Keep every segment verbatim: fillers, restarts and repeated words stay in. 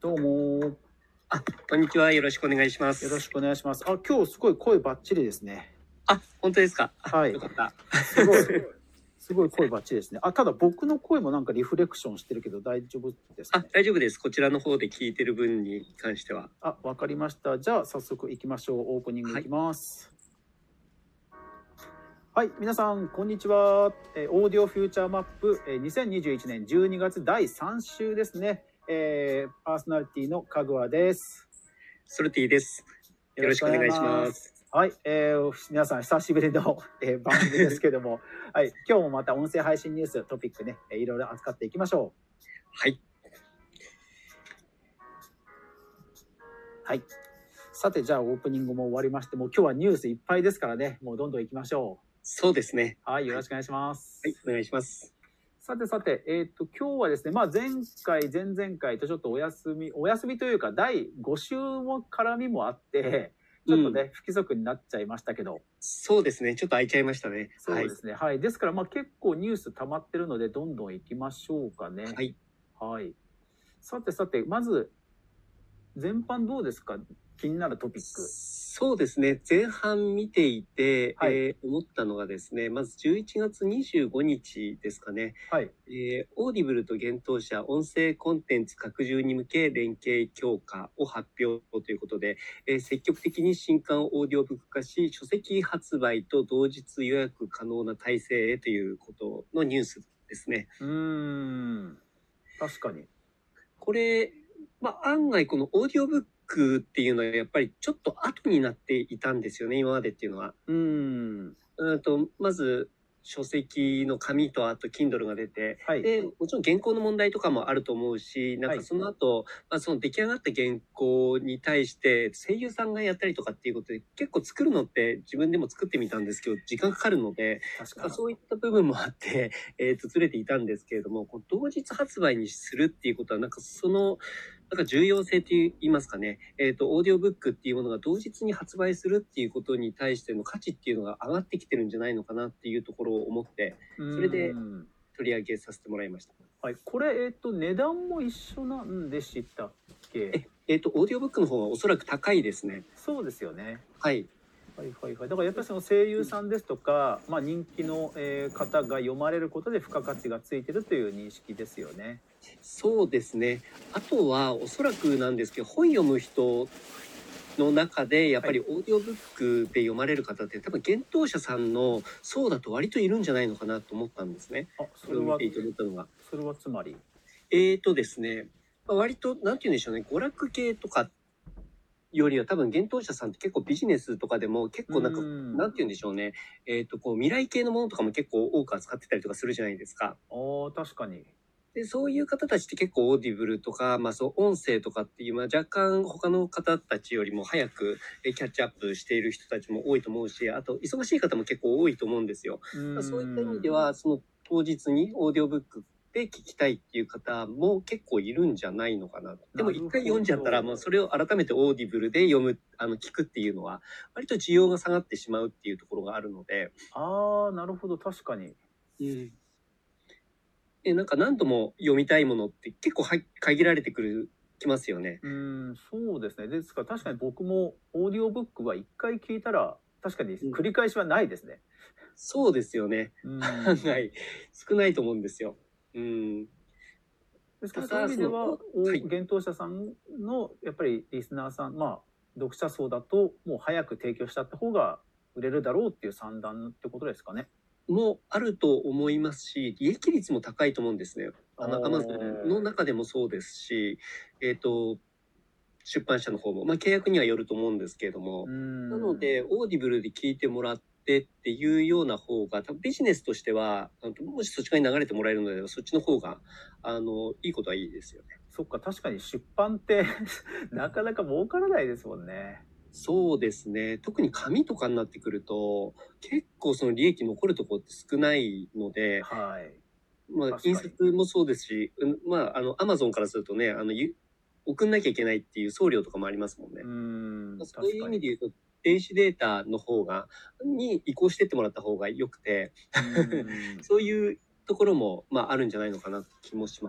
どうも。 あ、こんにちは。よろしくお願いします。 よろしくお願いします。あ、今日すごい声バッチリですね。 あ、本当ですか。 はい。 よかった。 すごい、すごい声バッチリですね。あ、ただ僕の声もなんかリフレクションしてるけど大丈夫ですかね。 あ、大丈夫です。こちらの方で聞いてる分に関しては。 あ、わかりました。じゃあ早速行きましょう。オープニングいきます。はい、はい、皆さんこんにちは。えー、オーディオフューチャーマップ、えー、にせんにじゅういちねんじゅうにがつだいさん週ですね。えー、パーソナリティのかぐわです。 ソルティです。よろしくお願いします。 はい、えー、皆さん久しぶりの、えー、番組ですけども、はい、今日もまた音声配信ニューストピックね、いろいろ扱っていきましょう。 はい。 はい。さて、じゃあオープニングも終わりまして、もう今日はニュースいっぱいですからね、もうどんどん行きましょう。 そうですね。 はい、よろしくお願いします。 はい、お願いします。 さてさて、えっと、今日はですね、まあ前回、前々回とちょっとお休み、お休みというか、だいご週も絡みもあって、ちょっとね、うん、不規則になっちゃいましたけど。 そうですね。ちょっと空いちゃいましたね。 そうですね。はい。はい、ですから、まあ結構ニュース溜まってるので、どんどん行きましょうかね。 はい。 はい。さてさて、まず、全般どうですか？気になるトピック。 そうですね。前半見ていて、はい、えー、思ったのがですね、まずじゅういちがつにじゅうごにちですかね。はい。えー、オーディブルと幻冬舎音声コンテンツ拡充に向け連携強化を発表ということで、えー、積極的に新刊オーディオブック化し、書籍発売と同日予約可能な体制へということのニュースですね。 うーん。確かに。 これ、まあ、案外このオーディオブックっていうのはやっぱりちょっと後になっていたんですよね、今までっていうのは。 うーん。 うんと、まず書籍の紙とあと Kindle が出て、はい、で、もちろん原稿の問題とかもあると思うし、なんかその後、はい、まあ、その出来上がった原稿に対して声優さんがやったりとかっていうことで、結構作るのって自分でも作ってみたんですけど、時間かかるので、確かにそういった部分もあって、えーと、ずれていたんですけれども、こう同日発売にするっていうことは、なんかその、なんか重要性と言いますかね、えっと、オーディオブックっていうものが同日に発売するっていうことに対しての価値っていうのが上がってきてるんじゃないのかなっていうところを思って、それで取り上げさせてもらいました。 はい、これ、えっと、値段も一緒なんでしたっけ？ え、えっと、オーディオブックの方がおそらく高いですね。 そうですよね。 はい。 はいはいはい、だからやっぱりその声優さんですとか、まあ、人気の、えー、方が読まれることで付加価値がついてるという認識ですよね。 そうですね。あとはおそらくなんですけど、本読む人の中でやっぱりオーディオブックで読まれる方って、はい、多分幻冬舎さんの層だと割といるんじゃないのかなと思ったんですね。 あ、それは見ていて思ったのが。 それはつまりえーとですね、割となんて言うんでしょうね、娯楽系とかよりは多分幻冬舎さんって結構ビジネスとかでも結構なんかなんて言うんでしょうね、えっとこう未来系のものとかも結構多く扱ってたりとかするじゃないですか。 ああ、確かに。 でそういう方たちって結構オーディブルとか、まあ、そう音声とかっていう、まあ、若干他の方たちよりも早くキャッチアップしている人たちも多いと思うし、あと忙しい方も結構多いと思うんですよ。まあ、そういった意味ではその当日にオーディオブックで聞きたいっていう方も結構いるんじゃないのかな。でも一回読んじゃったら、まあ、それを改めてオーディブルで読むあの聞くっていうのは割と需要が下がってしまうっていうところがあるので。 ああ、なるほど、確かに。 うんでなんか何度も読みたいものって結構は限られてくるきますよね。 うん、そうですね。ですから確かに僕もオーディオブックは一回聞いたら確かに繰り返しはないですね。うん、 そうですよね。案外少ないと思うんですよ。うん。 ですからそういう意味では幻冬舎さんのやっぱりリスナーさん、まあ読者層だともう早く提供しちゃった方が売れるだろうっていう算段ってことですかね。 もあると思いますし、利益率も高いと思うんですね。あのアマゾンの中でもそうですし、えっと出版社の方も、まあ、契約にはよると思うんですけれども、なのでオーディブルで聞いてもらってっていうような方が多分ビジネスとしてはもしそっち側に流れてもらえるのでそっちの方があのいいことはいいですよね。 そっか、確かに出版ってなかなか儲からないですもんね。 そうですね。特に紙とかになってくると結構その利益残るところって少ないので、 はい、 まあ、印刷もそうですし、まあ、あのアマゾンからするとねあの送んなきゃいけないっていう送料とかもありますもんね。うんそういう意味で言うと電子データの方がに移行してってもらった方がよくてそういうところも、まあ、あるんじゃないのかな気もします。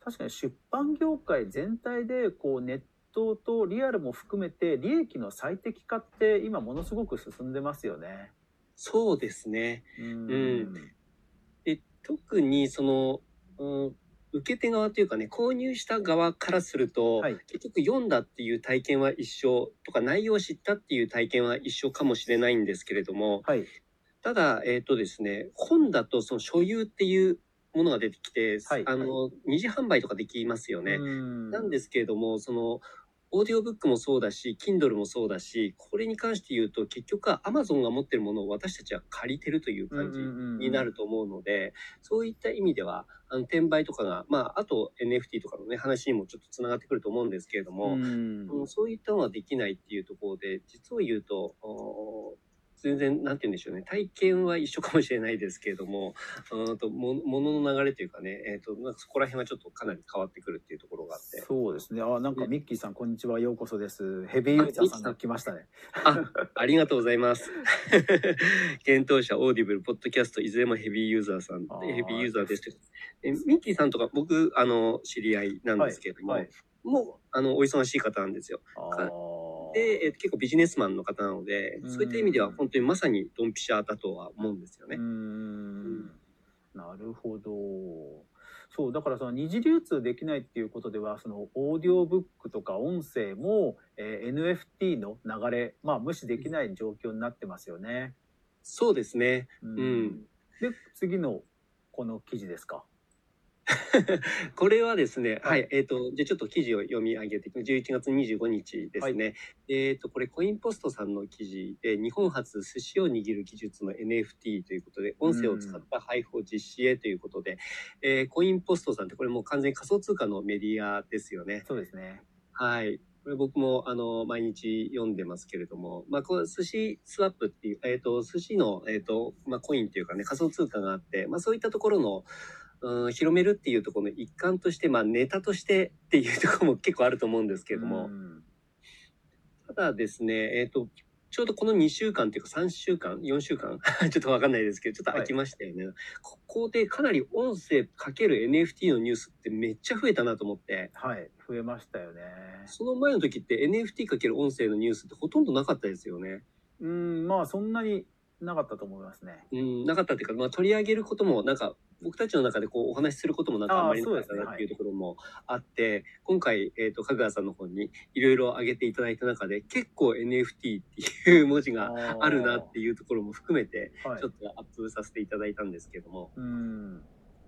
確かに出版業界全体でこうネットとリアルも含めて利益の最適化って今ものすごく進んでますよね。 そうですね。 ううん。 ん。 で、特にその、うん、受け手側というかね、購入した側からすると、 はい。 結局読んだっていう体験は一緒とか、内容を知ったっていう体験は一緒かもしれないんですけれども、 はい。 ただ、えっとですね、本だとその所有っていうものが出てきて、 はい。 あの、二次販売とかできますようね。 ん。 なんですけれども、その、オーディオブックもそうだし、Kindle もそうだし、これに関して言うと、結局は Amazon が持ってるものを私たちは借りてるといううんうん感じうんうん。 になると思うので、そういった意味では、あの、転売とかが、まあ、あと エヌエフティー とかのね、話にもちょっとつながってくると思うんですけれどうも、 ん。 うん、そういったのはできないっていうところで、実を言うと、お全然、なんて言うんでしょうね。体験は一緒かもしれないですけれども、うんと、も、ものの流れというかね、えっと、なんかそこら辺はちょっとかなり変わってくるっていうところがあって。 そうですね。あ、なんかねミッキーさん、こんにちは。ようこそです。ヘビーユあ、 ーザーさんがミキさん。 来ましたね。 あ、ありがとうございます。検討者、オーディブル、ポッドキャスト、いずれもヘビーユーザーさんで、ヘビーユーザーです。えミッキーさんとか僕、あの、知り合いなんですけれども、 はいはい、 もう、あの、お忙しい方なんですよ。かで、え結構ビジネスマンの方なので、そういった意味では本当にまさにドンピシャだとは思うんですよね。 うーん、なるほど。そう、だからその二次流通できないっていうことでは、そのオーディオブックとか音声も、えー、エヌエフティー の流れ、まあ無視できない状況になってますよね。 そうですね。 ううん。 で、次のこの記事ですか。 これはですね、ははい。 い、えっ、と、じゃあちょっと記事を読み上げていく。じゅういちがつにじゅうごにちですね。えっ、と、これコインポストさんの記事で、日本初寿司を握る技術の エヌエフティー ということで、音声を使った配布を実施へということで、えーコインポストさんってこれもう完全に仮想通貨のメディアですよね。 そうですね。 はい。これ僕もあの毎日読んでますけれども、まあ、こう寿司スワップっていう、えっ、と、寿司の、えっ、と、まあ、コインっていうかね、仮想通貨があって、まあ、そういったところの、うん、広めるっていうところの一環として、まあ、ネタとしてっていうところも結構あると思うんですけれども、ただですね、えっ、と、ちょうどこのにしゅうかんっていうかさんしゅうかん、よんしゅうかんちょっとわかんないですけど、ちょっと空きましたよね。はい、ここでかなり音声かける エヌエフティー のニュースってめっちゃ増えたなと思って。 はい、増えましたよね。 その前の時って エヌエフティー かける音声のニュースってほとんどなかったですよね。 うん、まあそんなになかったと思いますね。 うん、なかったっていうか、まあ、取り上げることもなんか僕たちの中でこうお話しすることもなんかあんまりなかったなっていうところもあって、ね、はい、今回、えっ、ー、と、かぐわさんの方にいろいろ挙げていただいた中で、結構 エヌエフティー っていう文字があるなっていうところも含めて、ちょっとアップさせていただいたんですけども。 はい、うん。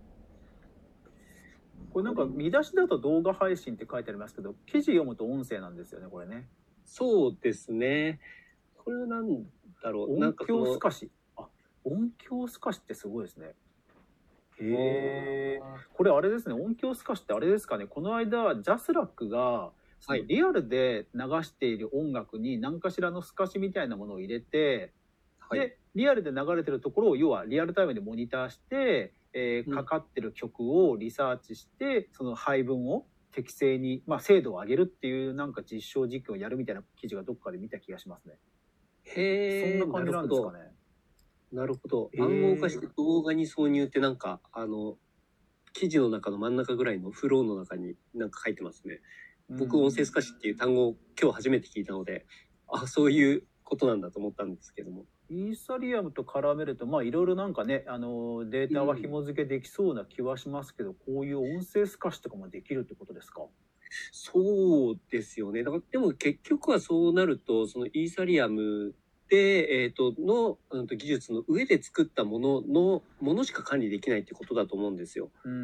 これなんか見出しだと動画配信って書いてありますけど、記事読むと音声なんですよね、これね。 そうですね。これはなんだろう。 音響透かし。あ、音響透かしってすごいですね。へえ。これあれですね、音響透かしってあれですかね、この間、ジャスラックが、そのリアルで流している音楽に何かしらの透かしみたいなものを入れて、はい、で、リアルで流れてるところを、要はリアルタイムでモニターして、えー、かかってる曲をリサーチして、その配分を適正に、まあ、精度を上げるっていうなんか実証実験をやるみたいな記事がどっかで見た気がしますね。 へえ。 そんな感じなんですかね。 なるほど。暗号化して動画に挿入ってなんか、あの、記事の中の真ん中ぐらいのフローの中になんか書いてますね。僕、音声透かしっていう単語を今日初めて聞いたので、あ、そういうことなんだと思ったんですけども。 イーサリアムと絡めると、まあいろいろなんかね、あの、データは紐付けできそうな気はしますけど、うん、こういう音声透かしとかもできるってことですか？ そうですよね。だから、でも結局はそうなると、そのイーサリアムで、えっ、ー、と、の、うんと、技術の上で作ったものの、ものしか管理できないってことだと思うんですよ。 うん。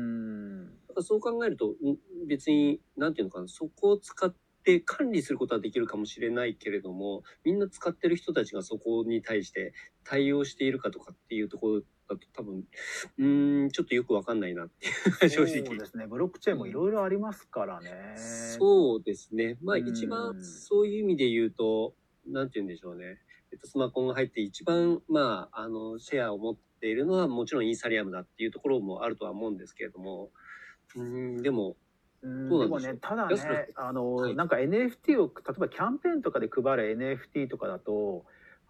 だからそう考えると、別に、なんていうのかな、そこを使って管理することはできるかもしれないけれども、みんな使ってる人たちがそこに対して対応しているかとかっていうところだと多分、うーん、ちょっとよくわかんないなっていう正直。 そうですね。ブロックチェーンもいろいろありますからね。 そうですね。まあ一番そういう意味で言うと、なんて言うんでしょうね。えっと、スマホが入って一番、まあ、あの、シェアを持っているのはもちろんイーサリアムだっていうところもあるとは思うんですけれども、うん、でも、 うん、でもね、ただね、あの、はい、なんか エヌエフティー を、例えばキャンペーンとかで配る エヌエフティー とかだと、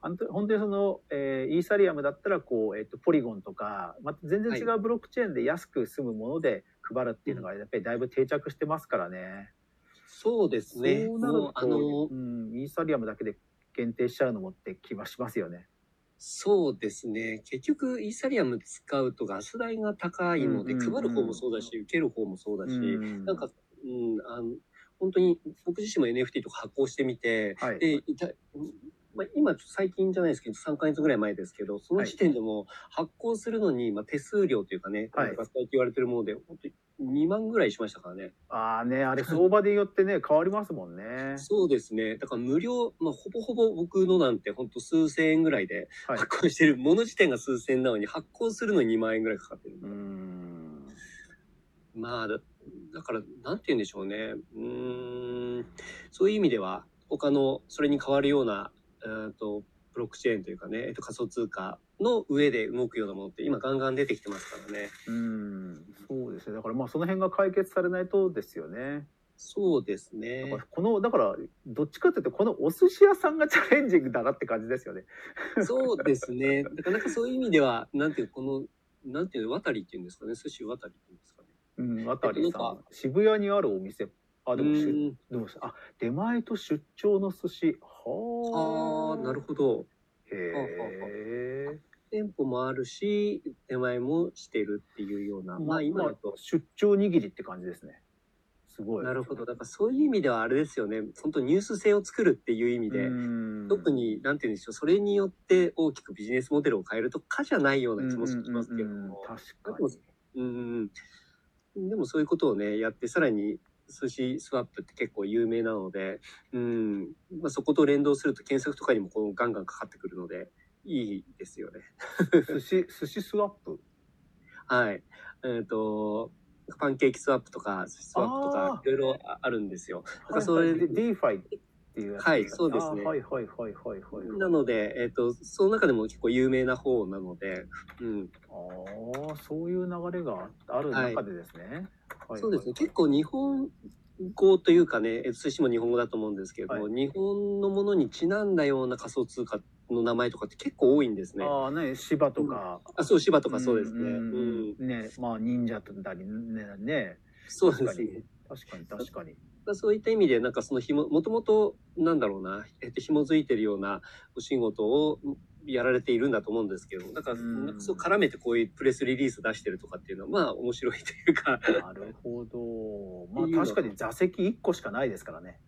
本当にその、えー、イーサリアムだったらこう、えー、とポリゴンとか、また全然違うブロックチェーンで安く済むもので配るっていうのがやっぱりだいぶ定着してますからね。 そうですね。 そうなると、あの、うん、イーサリアムだけで限定しちゃうのもって気はしますよね。 そうですね。結局、イーサリアム使うとガス代が高いので、配る方もそうだし、受ける方もそうだし、うん、なんか、うん、あの、本当に僕自身も エヌエフティー とか発行してみて、はい、で、いたまあ、今、最近じゃないですけど、さんかげつぐらい前ですけど、その時点でも発行するのに、まあ、手数料というかね、はい、ガス代って言われてるもので、本当ににまんぐらいしましたからね。 ああね、あれ相場でよってね、変わりますもんね。 そうですね。だから無料、まあ、ほぼほぼ僕のなんて本当数千円ぐらいで発行してる、はい、もの自体が数千円なのに発行するのににまん円ぐらいかかってるんで。うん。まあだ、だから、なんて言うんでしょうね。うーん、そういう意味では、他のそれに代わるような、えっと、ブロックチェーンというかね、えっと、仮想通貨の上で動くようなものって今ガンガン出てきてますからね。 うん、そうですね。だからまあその辺が解決されないとですよね。 そうですね。 だからこのだからどっちかというとこのお寿司屋さんがチャレンジングだなって感じですよね。 そうですね。だからなんかそういう意味ではなんていうこのなんていうの渡りっていうんですかね。寿司渡りっていうんですかね。 うん、渡りさん、渋谷にあるお店。あ、でもしでもあ出前と出張の寿司。 はあ、なるほど。 へえ。 店舗もあるし、出前もしてるっていうような。まあ今だと出張握りって感じですね。すごい。 なるほど。だからそういう意味ではあれですよね。本当ニュース性を作るっていう意味で、特になんて言うんでしょう。それによって大きくビジネスモデルを変えるとかじゃないような気もしますけれども。 確かに。 うんうん。でもそういうことをね、やって、さらに寿司スワップって結構有名なので、うん。まあそこと連動すると検索とかにもこうガンガンかかってくるので、いいですよね。 寿司、寿司スワップはい。えっと、パンケーキスワップとか、寿司スワップとか、いろいろあるんですよ。 だからそれで、ディーファイっていうやつ。 はい、そうですね。 はいはいはいはいはい。 なので、えっと、その中でも結構有名な方なので、うん。 ああ、そういう流れがある中でですね。 そうですね。結構日本語というかね、寿司も日本語だと思うんですけども、日本のものにちなんだような仮想通貨の名前とかって結構多いんですね。 ああね、芝とか。 あ、そう、芝とかそうですね。うんね、まあ忍者だりね、ね。 そうですね。 確かに確かに。 そういった意味で、なんかそのひも、もともと、なんだろうな、えっと、紐づいてるようなお仕事をやられているんだと思うんですけど、なんか、なんかそう絡めてこういうプレスリリース出してるとかっていうのは、まあ面白いというか。 なるほど。まあ確かに座席いっこしかないですからね。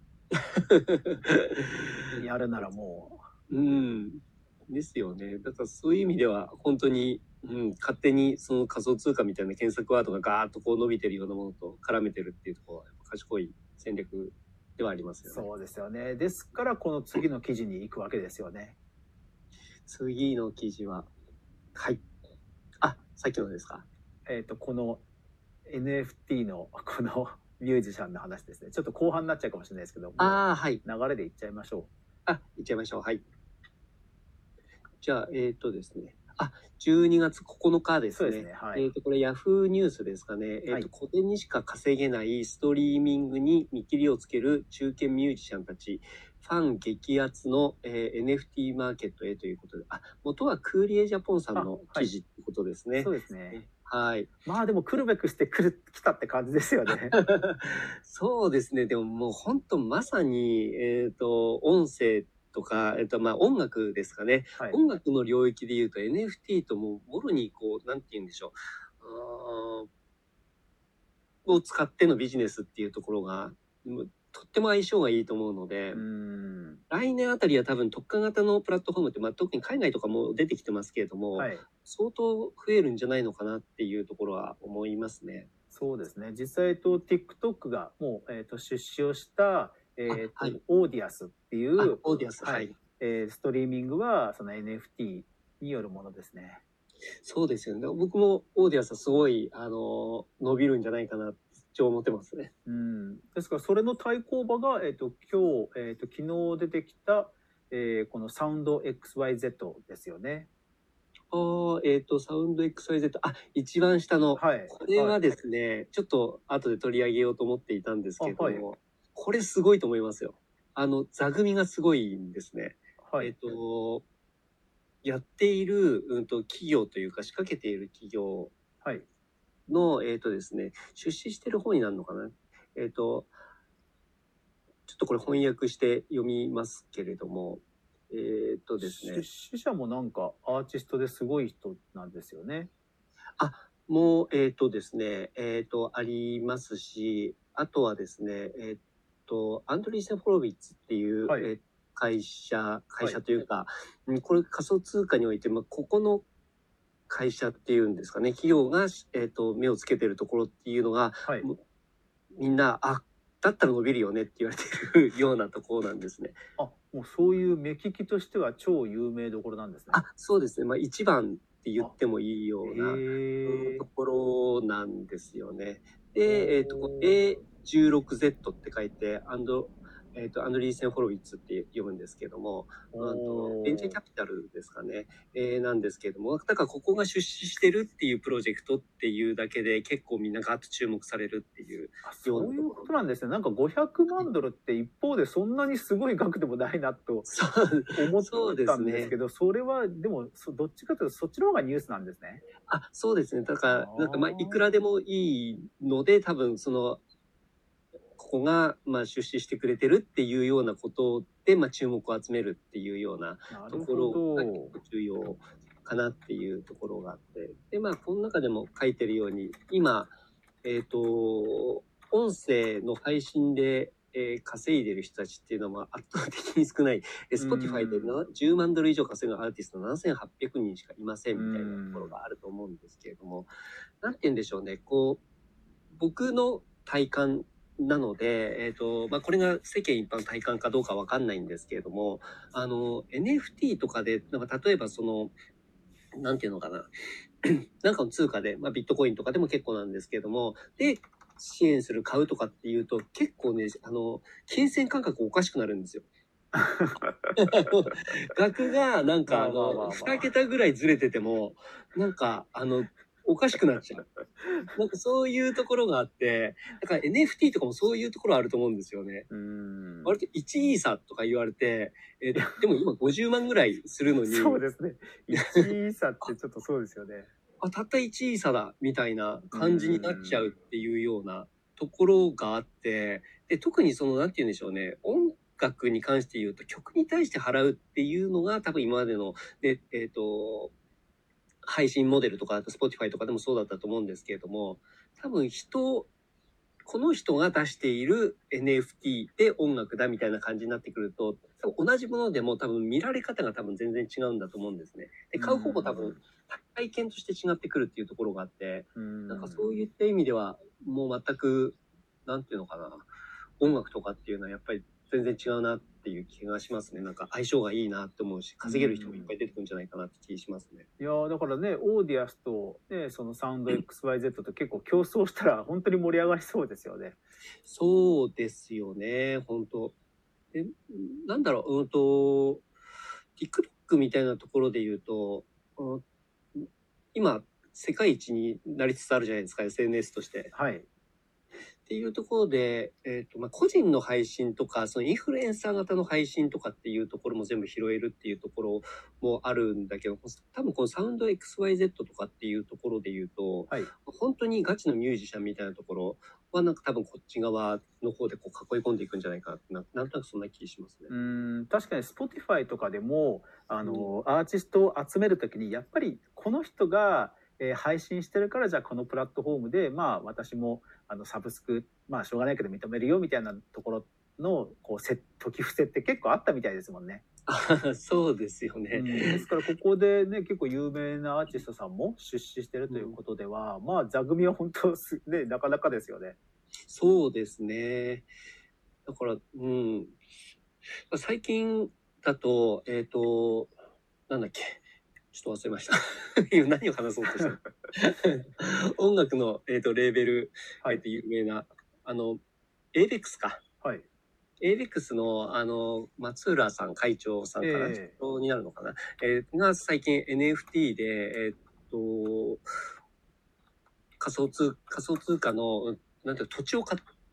やるならもう。うん。ですよね。だからそういう意味では、本当に、うん、勝手にその仮想通貨みたいな検索ワードがガーッとこう伸びてるようなものと絡めてるっていうところは、賢い戦略ではありますよね。 そうですよね。ですから、この次の記事に行くわけですよね。 次の記事は、はい。あ、さっきのですか。 えっと、この エヌエフティー のこのミュージシャンの話ですね。ちょっと後半になっちゃうかもしれないですけど、 ああ、はい。 流れでいっちゃいましょう。 あ、いっちゃいましょう。はい。じゃあ、えっとですね。あ、じゅうにがつここのかですね。そうですね。はい。えっと、これヤフーニュースですかね。えっと、小手にしか稼げないストリーミングに見切りをつける中堅ミュージシャンたち、ファン激アツの、えー、エヌエフティー マーケットへということで、あ、元はクーリエジャポンさんの記事ってことですね。 そうですね。 はい。 まあでも来るべくして来る、来たって感じですよね。 そうですね。でももう本当まさに、えっと、音声とか、えっと、まあ音楽ですかね。はい、音楽の領域で言うと エヌエフティー とももろにこう、なんて言うんでしょう。を使ってのビジネスっていうところが、とっても相性がいいと思うので、うん来年あたりは多分特化型のプラットフォームって、まあ、特に海外とかも出てきてますけれども、はい、相当増えるんじゃないのかなっていうところは思いますね。 そうですね。実際と TikTok がもう、えー、と出資をした、えーとはい、オーディアスっていう、 オーディアス、はい、 えー、ストリーミングはその エヌエフティー によるものですね。 そうですよね。僕もオーディアスはすごい、あの、伸びるんじゃないかなって思ってますね。 うん。ですから、それの対抗馬が、えっと、今日、えっと、昨日出てきた、えー、このサウンド エックスワイゼット ですよね。 ああ、えっと、サウンド エックスワイゼット、あ、一番下の、はい、これはですね、はい、ちょっと後で取り上げようと思っていたんですけども、はい、これすごいと思いますよ。あの、座組がすごいんですね。はい、えっと、 やっている、うんと、企業というか仕掛けている企業の、はい、えっとですね、出資してる方になるのかな。えっと、ちょっとこれ翻訳して読みますけれども、えっとですね。 出資者もなんかアーティストですごい人なんですよね。 あ、もう、えっとですね、えっと、ありますし、あとはですね、えっと、アンドリーセン・フォロビッツっていう、はい、え会社、会社というか、はい、これ仮想通貨において、まあ、ここの会社っていうんですかね、企業が、えっと、目をつけてるところっていうのが、はい、みんな、あ、だったら伸びるよねって言われてるようなところなんですね。 あ、もうそういう目利きとしては超有名どころなんですね。 あ、そうですね。まあ一番って言ってもいいようなところなんですよね。で、えっと、エーじゅうろくゼット って書いて、アンド、えっと、アンドリーセン・ホロウィッツって読むんですけども、うんと、ベンチャーキャピタルですかね、えー、なんですけども、だからここが出資してるっていうプロジェクトっていうだけで結構みんなガッと注目されるっていうような。そういうことなんですね。なんかごひゃくまんドルって一方でそんなにすごい額でもないなと思ったんですけど、それはでもどっちかというとそっちの方がニュースなんですね。 あ、そうですね。だから、なんかまあいくらでもいいので、多分その、ここが、まあ、出資してくれてるっていうようなことで、まあ、注目を集めるっていうようなところが結構重要かなっていうところがあって。で、まあ、この中でも書いてるように、今、えっと、音声の配信で、えー、稼いでる人たちっていうのは圧倒的に少ない。Spotify でじゅうまんドル以上稼ぐアーティストななせんはっぴゃくにんしかいませんみたいなところがあると思うんですけれども、なんて言うんでしょうね、こう、僕の体感なので、えっと、まあ、これが世間一般体感かどうかわかんないんですけれども、あの、エヌエフティー とかで、なんか例えばその、なんていうのかな、なんかの通貨で、まあ、ビットコインとかでも結構なんですけれども、で、支援する、買うとかっていうと、結構ね、あの、金銭感覚おかしくなるんですよ。額が、なんか、あの、に桁ぐらいずれてても、なんか、あの、おかしくなっちゃう。なんかそういうところがあって、だから エヌエフティー とかもそういうところあると思うんですよね。割といちイーサとか言われて、えでも今ごじゅうまんぐらいするのに。 そうですね。いちイーサってちょっとそうですよね。 あ、たったいちイーサだ、みたいな感じになっちゃうっていうようなところがあって、で、特にその、なんて言うんでしょうね、音楽に関して言うと曲に対して払うっていうのが多分今までの、で、えっと、配信モデルとか、あと Spotify とかでもそうだったと思うんですけれども、多分人、この人が出している エヌエフティー で音楽だみたいな感じになってくると、多分同じものでも多分見られ方が多分全然違うんだと思うんですね。で、買う方も多分体験として違ってくるっていうところがあって、なんかそういった意味ではもう全く、なんていうのかな、音楽とかっていうのはやっぱり全然違うなっていう気がしますね。なんか相性がいいなって思うし、稼げる人もいっぱい出てくるんじゃないかなって気しますね。 いやだからね、オーディアスと、ね、そのサウンド エックスワイゼット と結構競争したら本当に盛り上がりそうですよね。 そうですよね、本当で、なんだろう、うんと、TikTok みたいなところで言うと、うん、今、世界一になりつつあるじゃないですか、エスエヌエス として。 はい。 っていうところで、えっと、まあ、個人の配信とか、そのインフルエンサー型の配信とかっていうところも全部拾えるっていうところもあるんだけど、多分このサウンド エックスワイゼット とかっていうところで言うと、はい、本当にガチのミュージシャンみたいなところは、なんか多分こっち側の方でこう囲い込んでいくんじゃないかな、なんとなくそんな気しますね。 うん、確かに Spotify とかでも、あの、うん、アーティストを集めるときに、やっぱりこの人が、えー、配信してるから、じゃあこのプラットフォームで、まあ私もあのサブスク、まあしょうがないけど認めるよみたいなところの、こう、せ時伏せって結構あったみたいですもんね。 あそうですよね、 うん。ですからここでね、結構有名なアーティストさんも出資してるということでは、うん、まあ座組は本当す、ね、なかなかですよね。 そうですね。だから、うん。最近だと、えっと、なんだっけ。ちょっと忘れました。今何を話そうとしたの音楽の、えーと、レーベル、はい、えーと有名な、あの、エーベックス か。はい。エーベックス の、あの、松浦さん、会長さんかな、えー、になるのかな、えー、が最近 エヌエフティー で、えっ、ー、と、仮想通、仮想通貨の、なんていう土地を買っ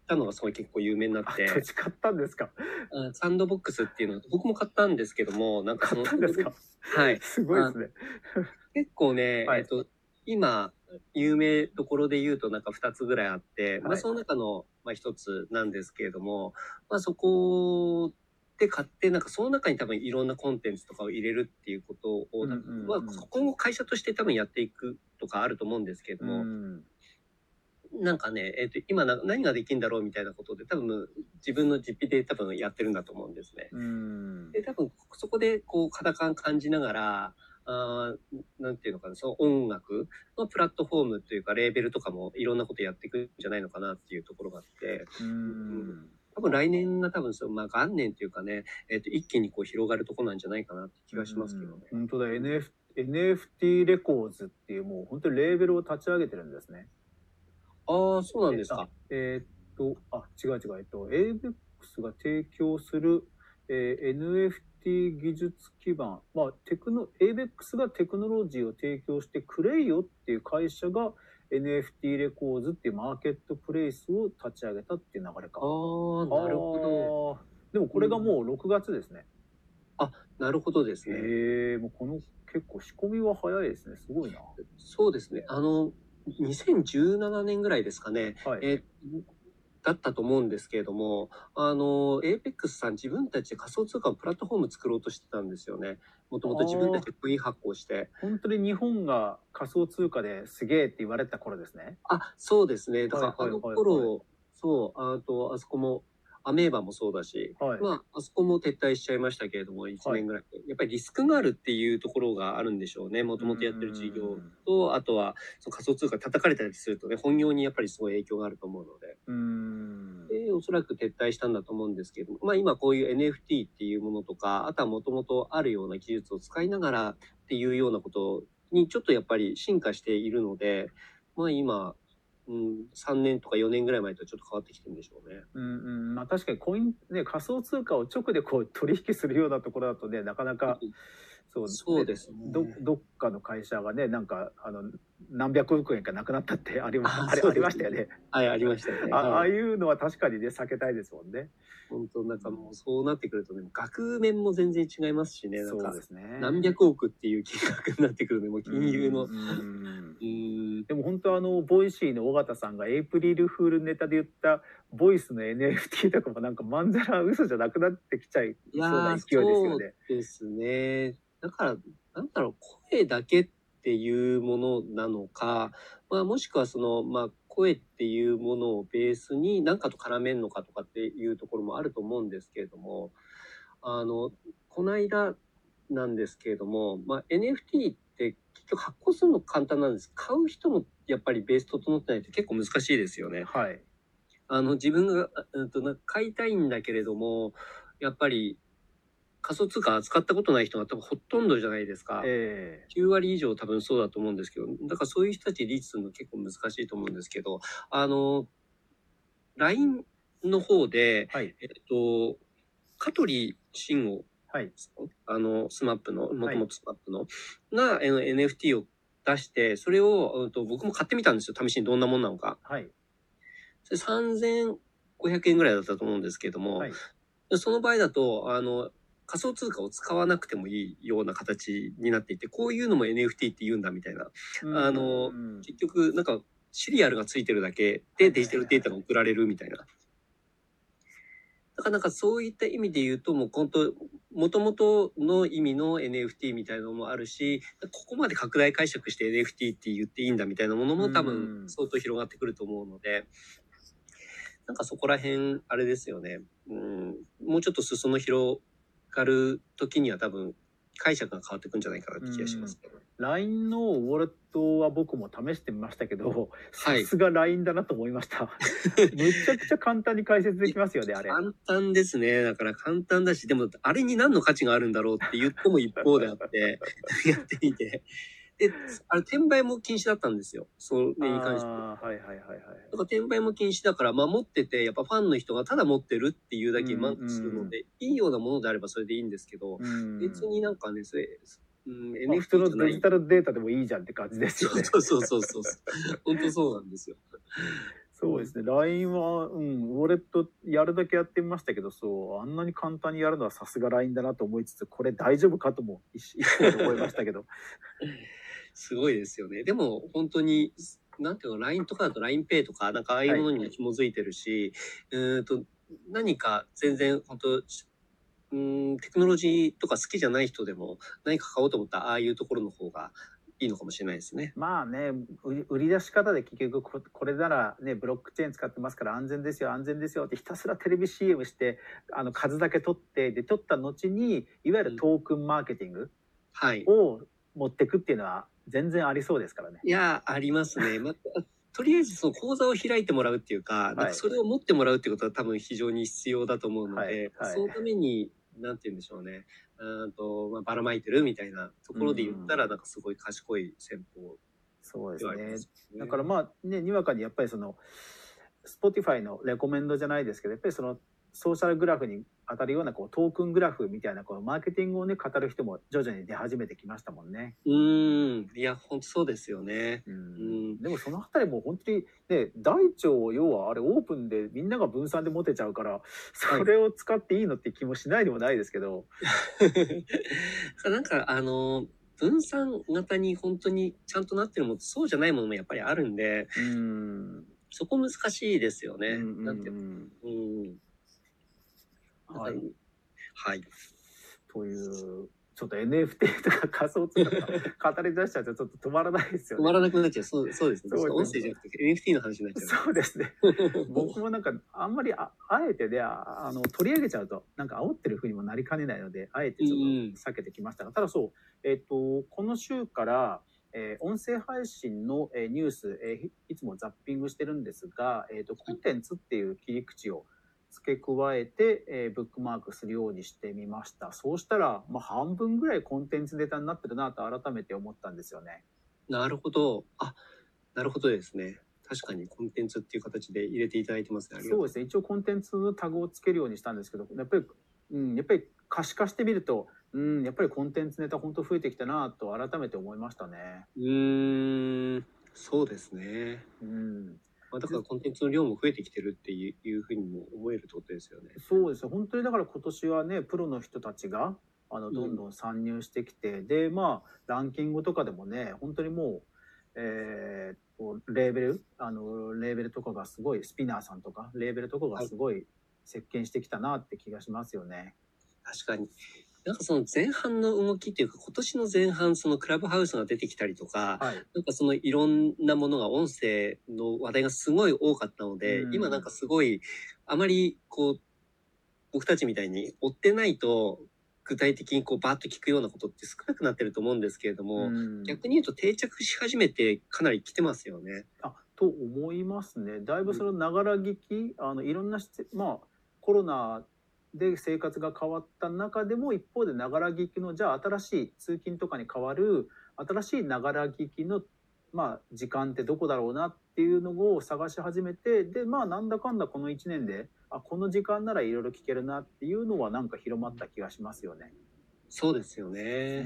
たのがすごい結構有名になって。 土地買ったんですか？ サンドボックスっていうの、僕も買ったんですけども、なんかその、 買ったんですか？ はい。 すごいですね。 結構ね、 はい、 えっと、今、有名どころで言うとなんかふたつぐらいあって、はい、まあその中のまあひとつなんですけれども、まあそこで買って、なんかその中に多分いろんなコンテンツとかを入れるっていうことを、うんうんうん、まあ今後会社として多分やっていくとかあると思うんですけれども、うん、なんかね、えっと、今な何ができるんだろうみたいなことで多分自分の実費で多分やってるんだと思うんですね。うん、で、多分そこでこう肌感感じながら、あなんていうのかな、その音楽のプラットフォームというかレーベルとかもいろんなことやっていくんじゃないのかなっていうところがあって、うん、多分来年が多分その、まあ、元年というかね、えっと、一気にこう広がるところなんじゃないかなって気がしますけどね。 本当だ、エヌエフ、エヌエフティー レコーズっていうもう本当にレーベルを立ち上げてるんですね。 ああ、そうなんですか。 えー、っと、あ、違う違う、えっと、エイベックス が提供する、えー、エヌエフティー 技術基盤、まあ、テクノ、エイベックス がテクノロジーを提供してくれよっていう会社が エヌエフティー レコーズっていうマーケットプレイスを立ち上げたっていう流れか。 ああ、なるほど。 でもこれがもうろくがつですね。 うん、あ、なるほどですね。 へえ、もうこの結構仕込みは早いですね。すごいな。 そうですね。あの、にせんじゅうななねんぐらいですかね。はい、えだったと思うんですけれども、あの、エーペックス さん自分たちで仮想通貨のプラットフォーム作ろうとしてたんですよね。もともと自分たちでコイン発行して。 本当に日本が仮想通貨ですげえって言われた頃ですね。 あ、そうですね。だからあの頃、そう、あと、あそこも、アメーバもそうだし、はい、まあ、あそこも撤退しちゃいましたけれども、いちねんぐらい。はい、やっぱりリスクがあるっていうところがあるんでしょうね。もともとやってる事業と、あとは、その仮想通貨叩かれたりするとね、本業にやっぱりすごい影響があると思うので。うんで、おそらく撤退したんだと思うんですけど、まあ今こういう エヌエフティー っていうものとか、あとはもともとあるような技術を使いながらっていうようなことにちょっとやっぱり進化しているので、まあ今、うん、さんねんとかよねんぐらい前とちょっと変わってきてるんでしょうね。 うんうん、まあ確かにコイン、ね、仮想通貨を直でこう取引するようなところだとね、なかなか、 そう、そうですね。 ど、どっかの会社がね、なんか、あの、何百億円かなくなったってありま、あれ、ありましたよね。 はい、ありましたよね。 あ、ああいうのは確かにね、避けたいですもんね。 本当なんかもうそうなってくるとね、額面も全然違いますしね、なんかそうですね。 何百億っていう金額になってくるね、もう金融の。 うんうんでも本当あの、ボイシーの尾形さんがエイプリルフールネタで言ったボイスの エヌエフティー とかもなんかまんざら嘘じゃなくなってきちゃいそうな勢いですよね。 そうですね。だから、なんだろう、声だけっていうものなのか、まあもしくはその、まあ声っていうものをベースに何かと絡めるのかとかっていうところもあると思うんですけれども、あの、この間なんですけれども、まあ エヌエフティー って結局発行するの簡単なんです。買う人もやっぱりベース整ってないと結構難しいですよね。 はい。 あの、自分が、うんと、なんか買いたいんだけれども、やっぱり仮想通貨扱ったことない人が多分ほとんどじゃないですか。えー、きゅうわり以上多分そうだと思うんですけど、だからそういう人たちリーチするの結構難しいと思うんですけど、あの、ライン の方で、はい、えっと、香取慎吾、はい、あの、スマップの、もともとスマップの、が エヌエフティー を出して、それを、うんと、僕も買ってみたんですよ。試しにどんなもんなのか。はい。それさんぜんごひゃくえんぐらいだったと思うんですけども、はい、その場合だと、あの、仮想通貨を使わなくてもいいような形になっていて、こういうのも エヌエフティー って言うんだみたいな。あの、結局、なんか、シリアルがついてるだけでデジタルデータが送られるみたいな。だからなんかそういった意味で言うと、もう本当、もともとの意味の エヌエフティー みたいなのもあるし、ここまで拡大解釈して エヌエフティー って言っていいんだみたいなものも多分相当広がってくると思うので、なんかそこら辺、あれですよね。うん、もうちょっと裾野広がる時には多分解釈が変わってくんじゃないかなって気がしますけど。 ライン のウォレットは僕も試してみましたけど、さすが ライン だなと思いました。はい、むちゃくちゃ簡単に解説できますよね、あれ。 簡単ですね。だから簡単だし、でもあれに何の価値があるんだろうって言っても一方であって、やってみて。で、あれ、転売も禁止だったんですよ。それに関して。はいはいはいはい。だから転売も禁止だから、まあ持ってて、やっぱファンの人がただ持ってるっていうだけ満足するので、いいようなものであればそれでいいんですけど、別になんかね、それ、うん、エヌエフティー普通のデジタルデータでもいいじゃんって感じですよね。 そうそうそうそう。本当そうなんですよ。 そうですね。ライン は、うん、ウォレットやるだけやってみましたけど、そう、あんなに簡単にやるのはさすが ライン だなと思いつつ、これ大丈夫かとも一一方で思いましたけど。 すごいですよね。でも本当に、なんていうの、ライン とかだと ラインペイ とか、なんかああいうものに紐づいてるし、はい、うんと、何か全然本当、うん、テクノロジーとか好きじゃない人でも何か買おうと思ったらああいうところの方がいいのかもしれないですね。 まあね、売り出し方で結局ここれならね、ブロックチェーン使ってますから安全ですよ安全ですよってひたすらテレビ シーエム してあの数だけ取ってで取った後にいわゆるトークンマーケティングを持っていくっていうのは全然ありそうですからね。 いやありますね。まとりあえずその講座を開いてもらうっていうか、なんかそれを持ってもらうっていうことは多分非常に必要だと思うので、はいはい、そのためになんて言うんでしょうね。うんと、まあ、ばらまいてるみたいなところで言ったら、なんかすごい賢い戦法、 そうですね。だからまあね、にわかにやっぱりその、Spotify のレコメンドじゃないですけど、やっぱりそのソーシャルグラフに当たるようなこうトークングラフみたいなこうマーケティングをね、語る人も徐々に出始めてきましたもんね。 うん、いや、本当そうですよね。 うん。でもそのあたりも本当にね、大腸要はあれオープンでみんなが分散で持てちゃうから、それを使っていいのって気もしないでもないですけど。 はい、なんかあの、分散型に本当にちゃんとなってるものとそうじゃないものもやっぱりあるんで、うん、そこ難しいですよね。なんていうの。うん。はい。はい。 という、ちょっと エヌエフティー とか仮想通貨語り出しちゃうとちょっと止まらないですよね。 止まらなくなっちゃう。そう、そうですね。そう音声じゃなくて エヌエフティー の話になっちゃう。 そうですね。僕もなんかあんまり あ, あえてで、ね、あの取り上げちゃうとなんか煽ってる風にもなりかねないので、あえてちょっと避けてきましたが、うん、ただそう、えっ、ー、とこの週からえー、音声配信の、えー、ニュース、えー、いつもザッピングしてるんですが、えーと、コンテンツっていう切り口を付け加えて、えー、ブックマークするようにしてみました。そうしたら、まあ、半分ぐらいコンテンツネタになってるなと改めて思ったんですよね。 なるほど。あ、なるほどですね。確かにコンテンツっていう形で入れていただいてますね。 そうですね。一応コンテンツのタグをつけるようにしたんですけど、やっぱり、うん、やっぱり可視化してみると、うん、やっぱりコンテンツネタ本当増えてきたなと改めて思いましたね。 うーん、そうですね。うん。まあ、だからコンテンツの量も増えてきてるっていうふうにも思えるってことですよね。 そうです。本当にだから今年はね、プロの人たちがあのどんどん参入してきて、うん、で、まあ、ランキングとかでもね、本当にもう、えー、レーベル、あの、レーベルとかがすごい、スピナーさんとか、レーベルとかがすごい席巻してきたなって気がしますよね。 確かに。なんかその前半の動きっていうか、今年の前半、そのクラブハウスが出てきたりとか、はい、なんかそのいろんなものが、音声の話題がすごい多かったので、今なんかすごい、あまりこう、僕たちみたいに追ってないと、具体的にこうバーッと聞くようなことって少なくなってると思うんですけれども、逆に言うと定着し始めてかなり来てますよね。 あ、と思いますね。だいぶそのながら聞き、うん、あのいろんなまあコロナで生活が変わった中でも一方でながら聞きのじゃあ新しい通勤とかに代わる新しいながら聞きのまあ時間ってどこだろうなっていうのを探し始めて、でまあなんだかんだこのいちねんであこの時間ならいろいろ聞けるなっていうのはなんか広まった気がしますよね。 そうですよね。 うん。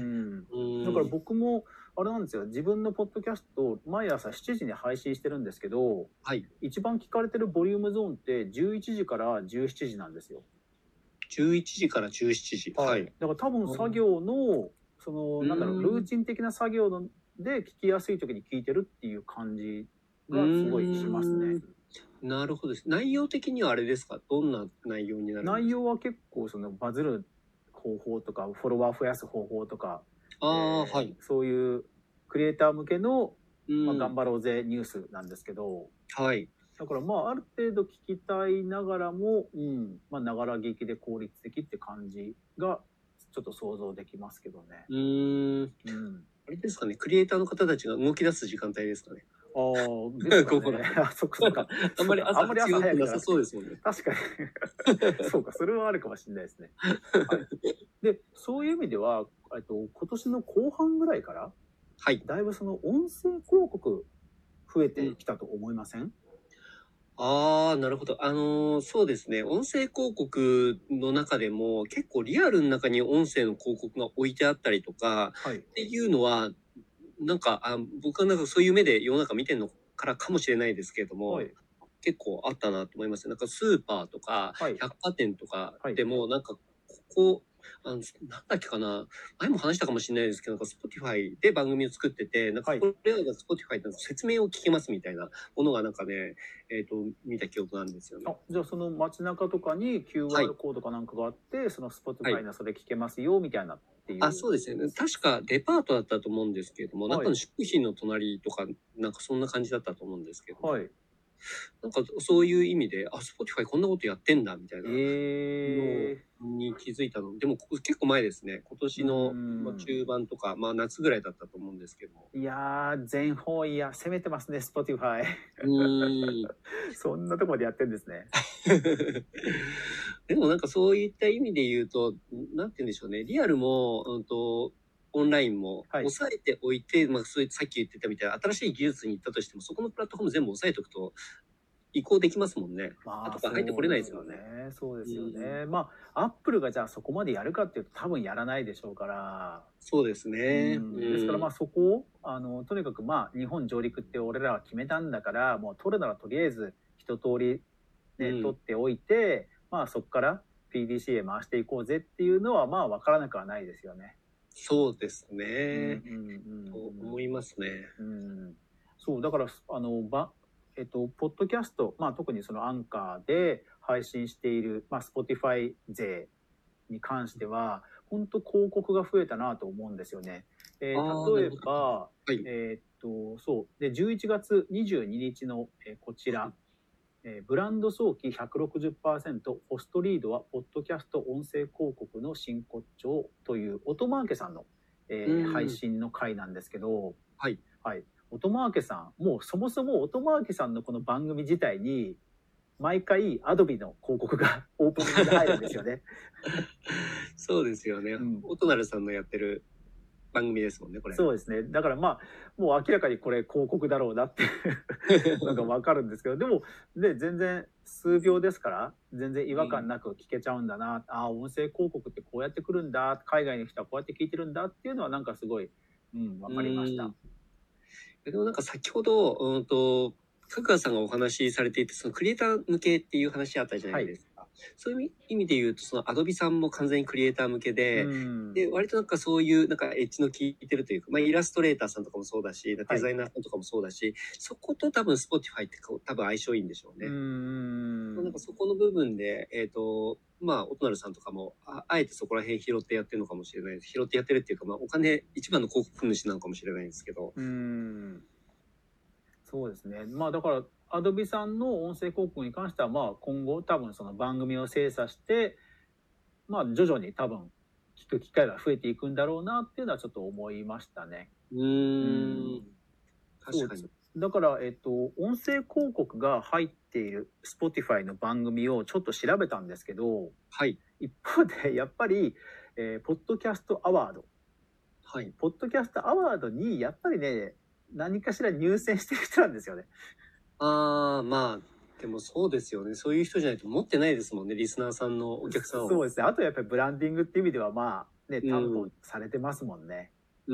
だから僕もあれなんですよ。自分のポッドキャストを毎朝しちじに配信してるんですけど、はい、一番聞かれてるボリュームゾーンってじゅういちじからじゅうしちじなんですよ。 じゅういちじからじゅうしちじ。 はい。だから多分作業のそのなんだろうルーチン的な作業で聞きやすい時に聞いてるっていう感じがすごいしますね。 なるほどです。内容的にはあれですか？どんな内容になるんですか？ 内容は結構そのバズる方法とかフォロワー増やす方法とか、 あ、えーはい、 そういうクリエイター向けの、まあ、頑張ろうぜニュースなんですけど、 はい、 だからまあある程度聞きたいながらも、うんまあ、ながら聞きで効率的って感じがちょっと想像できますけどね。 うーん、うん、あれですかね、クリエイターの方たちが動き出す時間帯ですかね。 ああ、ですかね。あ、そっかそっか。 あんまり朝早くなさそうですもんね。 確かに。そうか、それはあるかもしれないですね。はい、で、そういう意味では、えっと、今年の後半ぐらいから、はい、だいぶその音声広告増えてきたと思いません？うん、 ああ、なるほど。あのー、そうですね。音声広告の中でも結構リアルの中に音声の広告が置いてあったりとか、はい、っていうのは、なんかあ僕はなんかそういう目で世の中見てるのからかもしれないですけれども、はい、 結構あったなと思います。なんかスーパーとか百貨店とかでも、なんかここ、あの、なんだっけかな、前も話したかもしれないですけど、なんか Spotify で番組を作ってて、なんかこれらが Spotify の説明を聞けますみたいなものがなんかね、えっと、見た記憶なんですよね。 あ、じゃあその街中とかに キューアール コードかなんかがあって、その Spotify のそれ聞けますよみたいなっていう。 あ、そうですね。確かデパートだったと思うんですけれども、中の食品の隣とか、なんかそんな感じだったと思うんですけど、 はい。 なんかそういう意味で、あ、Spotify こんなことやってんだみたいなえのに気づいたの。でも結構前ですね。今年の中盤とか、まあ夏ぐらいだったと思うんですけども。 いやー、全方位や、攻めてますね、Spotify。 うん。 そんなとこまでやってんですね。 でもなんかそういった意味で言うと、なんて言うんでしょうね。リアルも、うんと、オンラインも抑えておいて、はい、まあそういうさっき言ってたみたいな新しい技術に行ったとしても、そこのプラットフォーム全部押さえておくと移行できますもんね。まあ、後から入ってこれないですよね。 そうですよね。うん、まあ、アップルがじゃあそこまでやるかっていうと多分やらないでしょうから。 そうですね。 うん、ですからまあそこを、あの、とにかくまあ日本上陸って俺らは決めたんだから、もう取るならとりあえず一通りね、うん、取っておいて、まあそこから ピーディーシー へ回していこうぜっていうのはまあ分からなくはないですよね。 そうですね。と思いますね。 うん、そう、だから、あの、ば、えっと、ポッドキャスト、まあ特にそのアンカーで配信している、まあ Spotify 勢に関しては、本当広告が増えたなと思うんですよね。えー、例えば、はい、えっと、そう、で、じゅういちがつにじゅうににちの、えー、こちら、えー、ブランド早期 ひゃくろくじゅっパーセント、ホストリードはポッドキャスト音声広告の真骨頂という音マーケさんの、えー、配信の回なんですけど、 はい。 はい。音マーケさん、もうそもそも音マーケさんのこの番組自体に、毎回アドビの広告がオープニングで入るんですよね。 そうですよね。うん、音成さんのやってる番組ですもんね、これ。 そうですね。だからまあ、もう明らかにこれ広告だろうなってなんかわかるんですけど、でも、ね、全然数秒ですから、全然違和感なく聞けちゃうんだな、うん、ああ、音声広告ってこうやってくるんだ、海外の人はこうやって聞いてるんだっていうのはなんかすごい、うん、わかりました。 でもなんか先ほど、うんと、角川さんがお話しされていて、そのクリエイター向けっていう話あったじゃないですか。はい、そういう意味で言うと、そのアドビさんも完全にクリエイター向けで、で、割となんかそういうなんかエッジの効いてるというか、まあイラストレーターさんとかもそうだし、デザイナーさんとかもそうだし、はい、そこと多分 Spotify って多分相性いいんでしょうね。うんなんかそこの部分で、えっと、まあ、音成さんとかもあ、あえてそこら辺拾ってやってるのかもしれないです。拾ってやってるっていうか、まあ、お金、一番の広告主なのかもしれないんですけど。 うんそうですね。まあだから、アドビさんの音声広告に関しては、まあ今後多分その番組を精査して、まあ徐々に多分聞く機会が増えていくんだろうなっていうのはちょっと思いましたね。 うーん。確かに。 だから、えっと、音声広告が入っている Spotify の番組をちょっと調べたんですけど、 はい。 一方でやっぱり、えー、ポッドキャストアワード。 はい。 ポッドキャストアワードにやっぱりね、何かしら入選してる人なんですよね。 ああ、まあ、でもそうですよね。そういう人じゃないと持ってないですもんね、リスナーさんのお客さんを。 そうですね。あとやっぱりブランディングっていう意味では、まあ、ね、担保されてますもんね。 うん、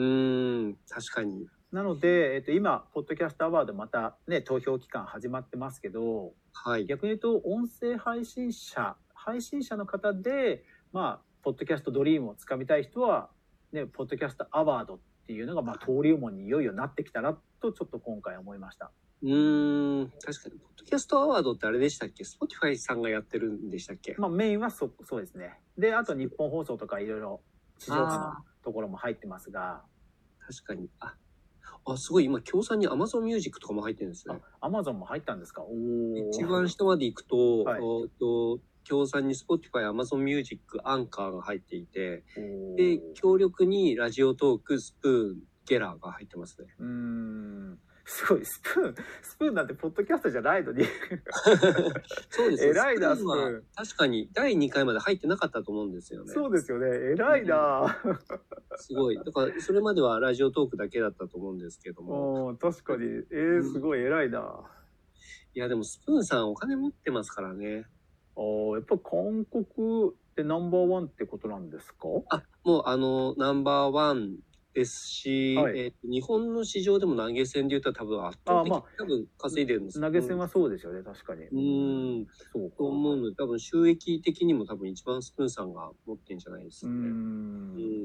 ん確かに。 なので、えっと、今、ポッドキャストアワードまたね、投票期間始まってますけど、 はい、 逆に言うと、音声配信者、配信者の方で、まあ、ポッドキャストドリームをつかみたい人は、ね、ポッドキャストアワードっていうのが、まあ、登竜門にいよいよなってきたなと、ちょっと今回思いました。 うーん、確かに。ポッドキャストアワードってあれでしたっけ？ Spotify さんがやってるんでしたっけ？ まあ、メインはそ、そうですね。で、あと日本放送とかいろいろ地上波のところも入ってますが。 確かに。あ、あ、すごい。今、協賛に Amazon Music とかも入ってるんですね。 あ、Amazon も入ったんですか？お一番下まで行くと、はい、おと協賛に Spotify、Amazon Music、アンカーが入っていて、で、強力にラジオトーク、スプーン、ゲラーが入ってますね。 うーん。すごい、スプーン、スプーンなんてポッドキャストじゃないのに。 そうですね。 偉いな、スプーン。 確かにだいにかいまで入ってなかったと思うんですよね。 そうですよね。偉いな。 すごい。だからそれまではラジオトークだけだったと思うんですけども。 確かに。えー、すごい偉いな。 いや、でもスプーンさんお金持ってますからね。 ああ、やっぱ韓国でナンバーワンってことなんですか？ あ、もうあの、ナンバーワンですし、 はいえー、日本の市場でも投げ銭で言ったら多分圧倒的に多分稼いでるんです投げ銭はそうですよね、確かに。 うん、そうと思うので、多分収益的にも多分一番スプーンさんが持ってんじゃないですかね。うん。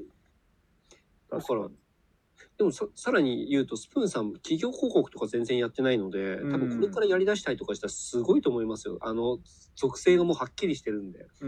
だから、でもささらに言うと、スプーンさん、企業広告とか全然やってないので、多分これからやりだしたりとかしたらすごいと思いますよ。あの、属性がもうはっきりしてるんで。 うん。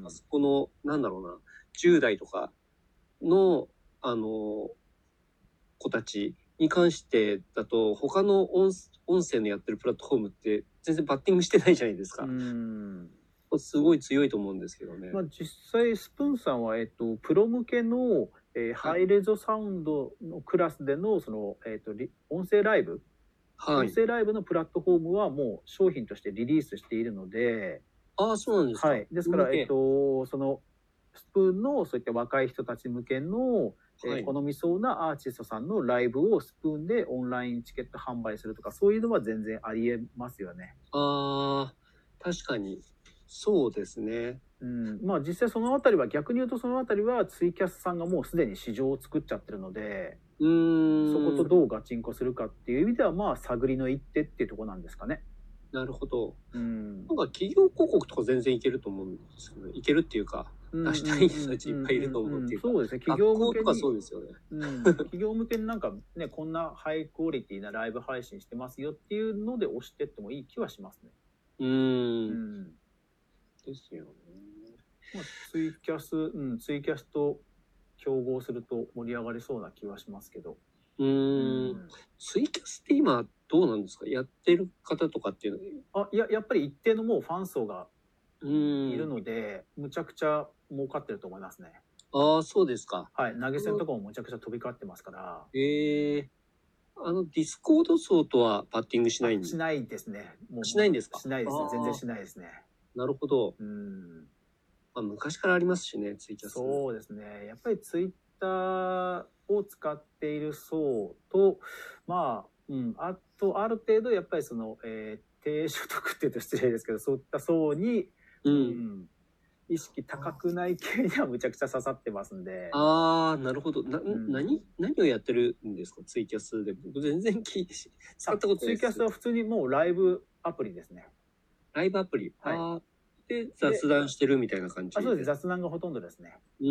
あそこの、なんだろうな、じゅう代とかの、あの、子たちに関してだと、他の音音声のやってるプラットフォームって全然バッティングしてないじゃないですか。 うんすごい強いと思うんですけどね。 まあ、実際、スプーンさんは、えっと、プロ向けの、えー、ハイレゾサウンドのクラスでの、その、えっと、音声ライブ、はい、音声ライブのプラットフォームはもう商品としてリリースしているので、 ああ、そうなんですか。 はい。ですから、えっと、その、スプーンのそういった若い人たち向けの、はい、えー、好みそうなアーティストさんのライブをスプーンでオンラインチケット販売するとか、そういうのは全然ありえますよね。 ああ、確かに。そうですね。 うん、まあ実際そのあたりは逆に言うとそのあたりはツイキャスさんがもうすでに市場を作っちゃってるので、 うーんそことどうガチンコするかっていう意味ではまあ探りの一手っていうところなんですかね。 なるほど。 うん、 なんか企業広告とか全然いけると思うんですけど、いけるっていうか、出したい人たちいっぱいいると思うっていうか、 そうですね。企業向けに学校とかそうですよね。 うん、企業向けになんかね、こんなハイクオリティなライブ配信してますよっていうので押してってもいい気はしますね。 うーん。うん、ですよね。 まあ、ツイキャス、うん、ツイキャスと競合すると盛り上がりそうな気はしますけど。 うーん。ツイキャスって今どうなんですか？やってる方とかっていうのは。あ、いや、やっぱり一定のもうファン層がいるので、むちゃくちゃ儲かってると思いますね。 ああ、そうですか。 はい。投げ銭とかもむちゃくちゃ飛び交ってますから。 へえー。あの、ディスコード層とはパッティングしないんですか？しないですね。 もうしないんですか？ しないですね。全然しないですね。 なるほど。 うん。 まあ、昔からありますしね、ツイキャス。 そうですね。やっぱりツイッターを使っている層と、まあ、うん、あと、ある程度、やっぱりその、えー、低所得っていうと失礼ですけど、そういった層に、うん、うん、意識高くない系にはむちゃくちゃ刺さってますんで。 ああ、なるほど。な、うん、何、何をやってるんですか、ツイキャスで。僕全然聞いてし、使ったことないです。 ツイキャスは普通にもうライブアプリですね。 ライブアプリ。はい。で、雑談してるみたいな感じで。 あ、そうです。雑談がほとんどですね。 うん。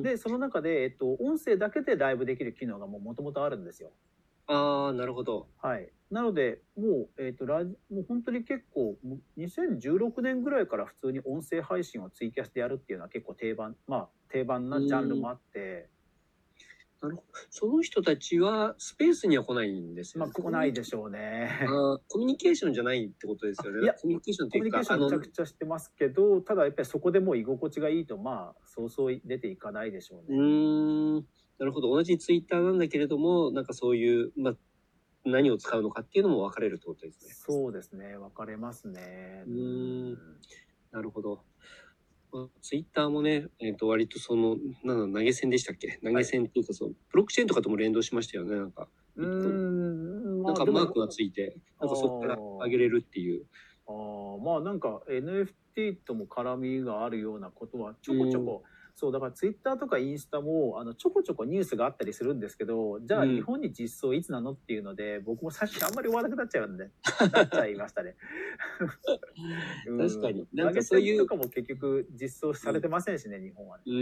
で、その中で、えっと、音声だけでライブできる機能がもともとあるんですよ。 ああ、なるほど。 はい。なので、もう、えっと、ラジ、もう本当に結構、にせんじゅうろくねんぐらいから普通に音声配信をツイキャスでやるっていうのは結構定番、まあ、定番なジャンルもあって。 なるほど。その人たちはスペースには来ないんですよね。まあ、来ないでしょうね。 あコミュニケーションじゃないってことですよね。 いや、 コミュニケーションっていうか、 コミュニケーションめちゃくちゃしてますけど、ただやっぱりそこでもう居心地がいいと、まあ、そうそう出ていかないでしょうね。 うーん。なるほど。同じツイッターなんだけれども、なんかそういう、まあ、何を使うのかっていうのも分かれるってことですね。 そうですね。分かれますね。 うん。なるほど。ツイッターもね、えっ、ー、と、割とその、なんだ、投げ銭でしたっけ投げ銭っていうか、その、ブロックチェーンとかとも連動しましたよね、なんか。うん。なんかマークがついて、なんかそこから上げれるっていう。 ああ、まあなんか エヌエフティー とも絡みがあるようなことはちょこちょこ、そう、だからツイッターとかインスタも、あの、ちょこちょこニュースがあったりするんですけど、じゃあ日本に実装いつなのっていうので、僕も最初あんまり追わなくなっちゃうんで、なっちゃいましたね。 確かに。 なんかそういう。とかも結局実装されてませんしね、うん、日本はね。 うん。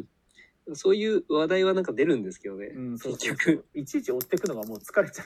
そういう話題はなんか出るんですけどね。 うん、そうそうそう、結局。いちいち追っていくのがもう疲れちゃって。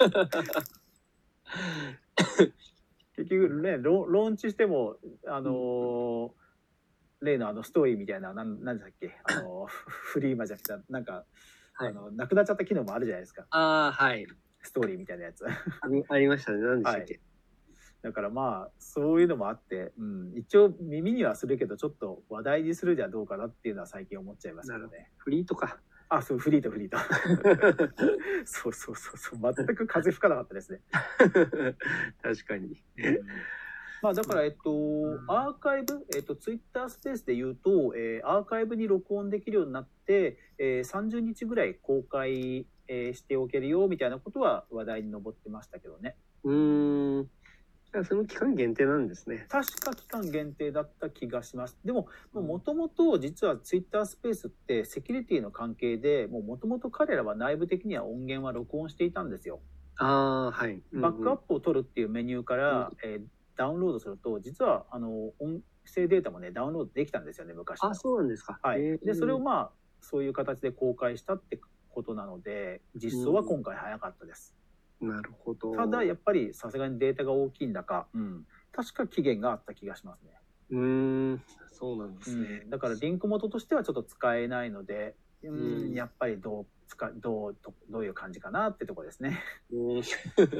結局ね、ロローンチしても、あのー、例のあのストーリーみたいな、なん、なんだっけ、あの、フリーマじゃなくて、なんか、はい、あの、なくなっちゃった機能もあるじゃないですか。 ああ、はい。 ストーリーみたいなやつ。 ありましたね。何でしたっけ、はい、 だからまあ、そういうのもあって、うん、一応耳にはするけど、ちょっと話題にするじゃどうかなっていうのは最近思っちゃいますけどね。 フリーとか。 あ、そう、フリーとフリーと。そうそうそうそう、全く風吹かなかったですね。 確かに。 うんまあ、だから、えっと、アーカイブ、えっと、ツイッタースペースで言うと、えー、アーカイブに録音できるようになって、えー、さんじゅうにちぐらい公開、えー、しておけるよみたいなことは話題に上ってましたけどね。 うーん。 その期間限定なんですね。 確か期間限定だった気がします。でも、もともと実はツイッタースペースってセキュリティの関係で、もともと彼らは内部的には音源は録音していたんですよ。 ああ、はい。 バックアップを取るっていうメニューから、うん、えー、ダウンロードすると、実はあの音声データもね、ダウンロードできたんですよね、昔の。 あ、そうなんですか。 はい。で、それをまあ、そういう形で公開したってことなので、実装は今回早かったです。 うん、なるほど。 ただ、やっぱりさすがにデータが大きいんだか、うん、確か期限があった気がしますね。 うーん、そうなんですね。 うん、だからリンク元としてはちょっと使えないので、うん、うん、やっぱりどう使どうどういう感じかなってとこですね。うん、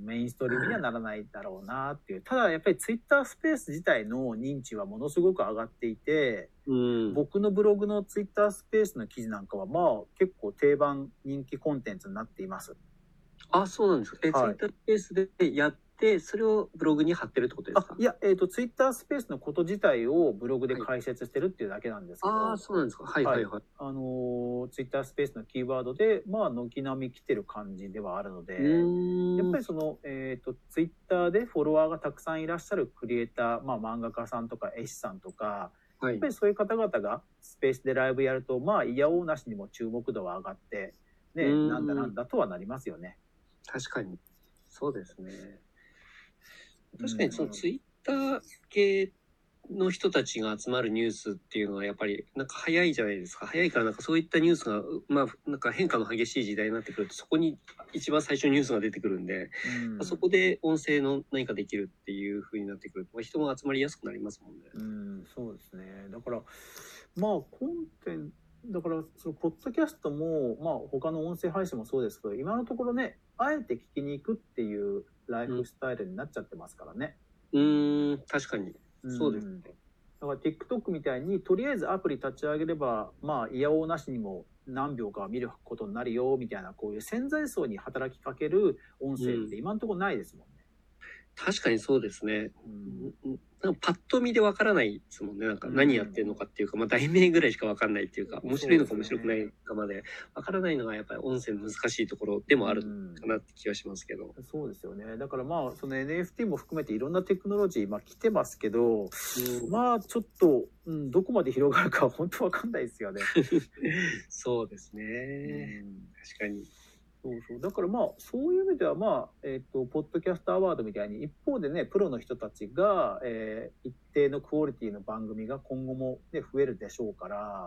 メインストリームにはならないだろうなっていう。ただやっぱりツイッタースペース自体の認知はものすごく上がっていて、うん、僕のブログのツイッタースペースの記事なんかはまあ結構定番人気コンテンツになっています。 あ、そうなんですか。え、はい、ツイッタースペースでやって、それをブログに貼ってるってことですか？ いや、えっ、ー、と、ツイッタースペースのこと自体をブログで解説してるっていうだけなんですけど。はい、 ああ、そうなんですか。はいはいはい。はい、 あのー、ツイッタースペースのキーワードで、まあ、軒並み来てる感じではあるので、やっぱりその、えっ、ー、と、ツイッターでフォロワーがたくさんいらっしゃるクリエイター、まあ、漫画家さんとか絵師さんとか、はい、やっぱりそういう方々がスペースでライブやると、まあ、いやおうなしにも注目度は上がって、ね、なんだなんだとはなりますよね。 確かに。そうですね。確かにそのツイッター系の人たちが集まるニュースっていうのはやっぱりなんか早いじゃないですか。早いからなんかそういったニュースが、まあなんか変化の激しい時代になってくるとそこに一番最初ニュースが出てくるんで、うん、そこで音声の何かできるっていう風になってくると人が集まりやすくなりますもんね。 うん、そうですね。だからまあコンテンツだからそのポッドキャストもまあ他の音声配信もそうですけど、今のところね、あえて聞きに行くっていうライフスタイルになっちゃってますからね。 うん、うーん確かにそうですね。 だから TikTok みたいにとりあえずアプリ立ち上げればまあいやおうなしにも何秒か見ることになるよみたいな、こういう潜在層に働きかける音声って今のところないですもんね。 うん、確かにそうですね。うん、なんかパッと見でわからないですもんね。なんか何やってるのかっていうか、まあ題名ぐらいしかわかんないっていうか、面白いのか面白くないかまでわからないのがやっぱり音声の難しいところでもあるかなって気がしますけど。 うん、そうですよね。だからまあその エヌエフティー も含めていろんなテクノロジーまあ来てますけど、うん、まあちょっと、うん、どこまで広がるか本当わかんないですよね。 そうですね。うん、確かに。 そうそう。だからまあ、そういう意味ではまあ、えっ、ー、と、ポッドキャストアワードみたいに、一方でね、プロの人たちが、えー、一定のクオリティの番組が今後もね、増えるでしょうから、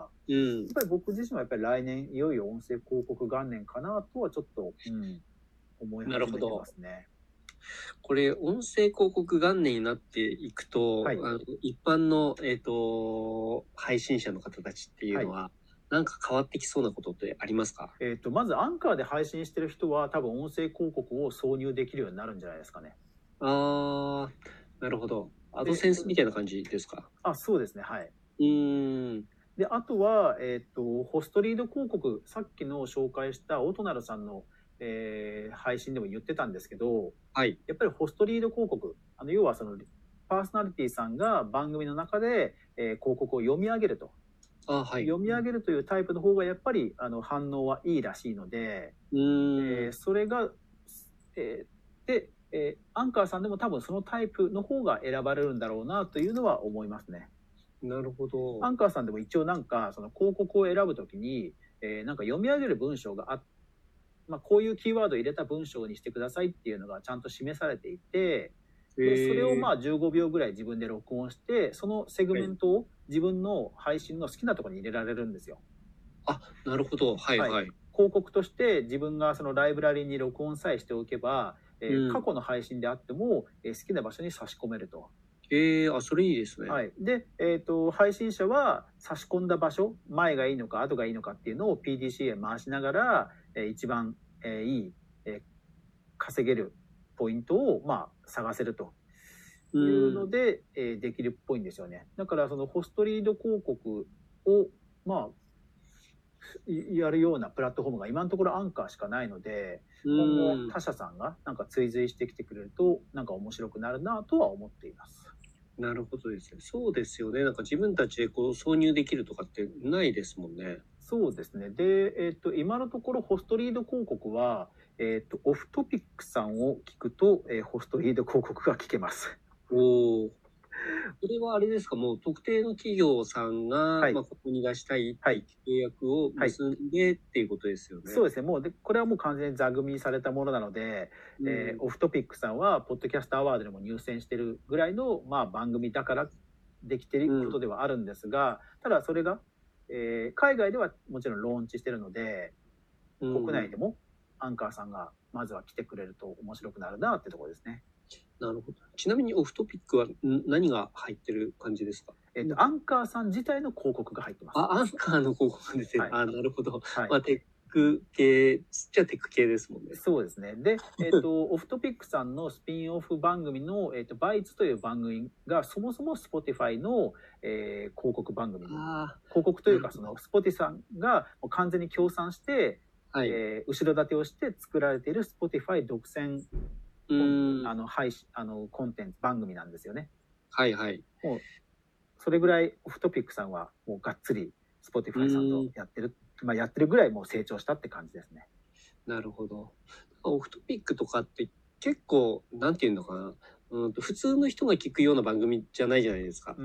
うん、やっぱり僕自身はやっぱり来年、いよいよ音声広告元年かなとはちょっと、うん、思い始めてますね。 これ、音声広告元年になっていくと、はい、あの一般の、えっ、ー、と、配信者の方たちっていうのは、はい、なんか変わってきそうなことってありますか？ えっと、まずアンカーで配信してる人は多分音声広告を挿入できるようになるんじゃないですかね。 あー、なるほど。アドセンスみたいな感じですか？ あ、そうですね。はい。 うーん。 で、あとは、えっと、ホストリード広告、さっきの紹介したオトナルさんの、えー、配信でも言ってたんですけど、 はい。 やっぱりホストリード広告、あの、要はその、パーソナリティさんが番組の中で、えー、広告を読み上げると。 あ、はい、 読み上げるというタイプの方がやっぱりあの反応はいいらしいので、うーん、えー、それが、えー、で、えー、アンカーさんでも多分そのタイプの方が選ばれるんだろうなというのは思いますね。 なるほど。 アンカーさんでも一応なんかその広告を選ぶときに、えー、なんか読み上げる文章があ、まあ、こういうキーワードを入れた文章にしてくださいっていうのがちゃんと示されていて、でそれをまあじゅうごびょうぐらい自分で録音して、そのセグメントを自分の配信の好きなところに入れられるんですよ。 あ、なるほど。はいはい。はい、 広告として自分がそのライブラリに録音さえしておけば、えーうん、過去の配信であっても、えー、好きな場所に差し込めると。 えー、あ、それいいですね。 はい。で、えっと、配信者は差し込んだ場所、前がいいのか後がいいのかっていうのを ピーディーシー へ回しながら、えー、一番、えー、いい、えー、稼げるポイントを、まあ、探せるというので、えー、できるっぽいんですよね。だからそのホストリード広告を、まあ、やるようなプラットフォームが今のところアンカーしかないので、今後他社さんがなんか追随してきてくれるとなんか面白くなるなとは思っています。 なるほどですね。そうですよね。なんか自分たちでこう挿入できるとかってないですもんね。 そうですね。で、えっと、今のところホストリード広告は、 えっと、オフトピックさんを聞くと、えー、ホストリード広告が聞けます。 おー。それはあれですか、もう特定の企業さんが、はい、まあ、ここに出したいって契約を結んで、はい、っていうことですよね。 そうですね。もうで、これはもう完全に座組みされたものなので、うん、えー、オフトピックさんは、ポッドキャストアワードでも入選してるぐらいの、まあ、番組だからできてることではあるんですが、うん、ただそれが、えー、海外ではもちろんローンチしてるので、うん、国内でもアンカーさんがまずは来てくれると面白くなるなってところですね。 なるほど。ちなみにオフトピックは何が入ってる感じですか？ えっと、アンカーさん自体の広告が入ってます。 あ、アンカーの広告が出てる。はい、あ、なるほど。はい、まあ、テック系、じゃあテック系ですもんね。 そうですね。で、えっと、オフトピックさんのスピンオフ番組の、えっと、バイツという番組が、そもそも Spotify の、えー、広告番組。広告というか、その Spotify さんがもう完全に協賛して、はい、えー、後ろ盾をして作られている Spotify 独占あの配信あのコンテンツ番組なんですよね。 はいはい。 もうそれぐらいオフトピックさんはもうがっつり Spotify さんとやってる、まあやってるぐらいもう成長したって感じですね。 なるほど。オフトピックとかって結構なんていうのかな。うんと普通の人が聞くような番組じゃないじゃないですか。うん。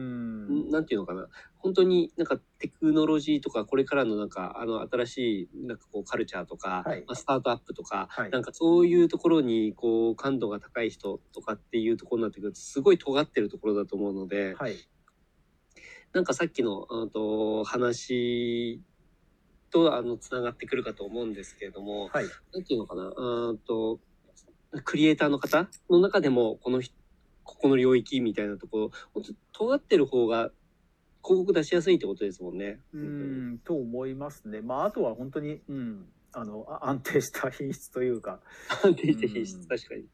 なんていうのかな。本当になんかテクノロジーとかこれからのなんかあの新しいなんかこうカルチャーとか、はい、まあ、スタートアップとか、はい、なんかそういうところにこう感度が高い人とかっていうところになってくるとすごい尖ってるところだと思うので、はい、なんかさっきのあと話とあのつながってくるかと思うんですけれども、はい、なんていうのかな。うんとクリエイターの方の中でもこのここの領域みたいなところ本当尖ってる方が広告出しやすいってことですもんね。 うんと思いますね。まああとは本当に、うん、あの安定した品質というか。 安定した品質、確かに。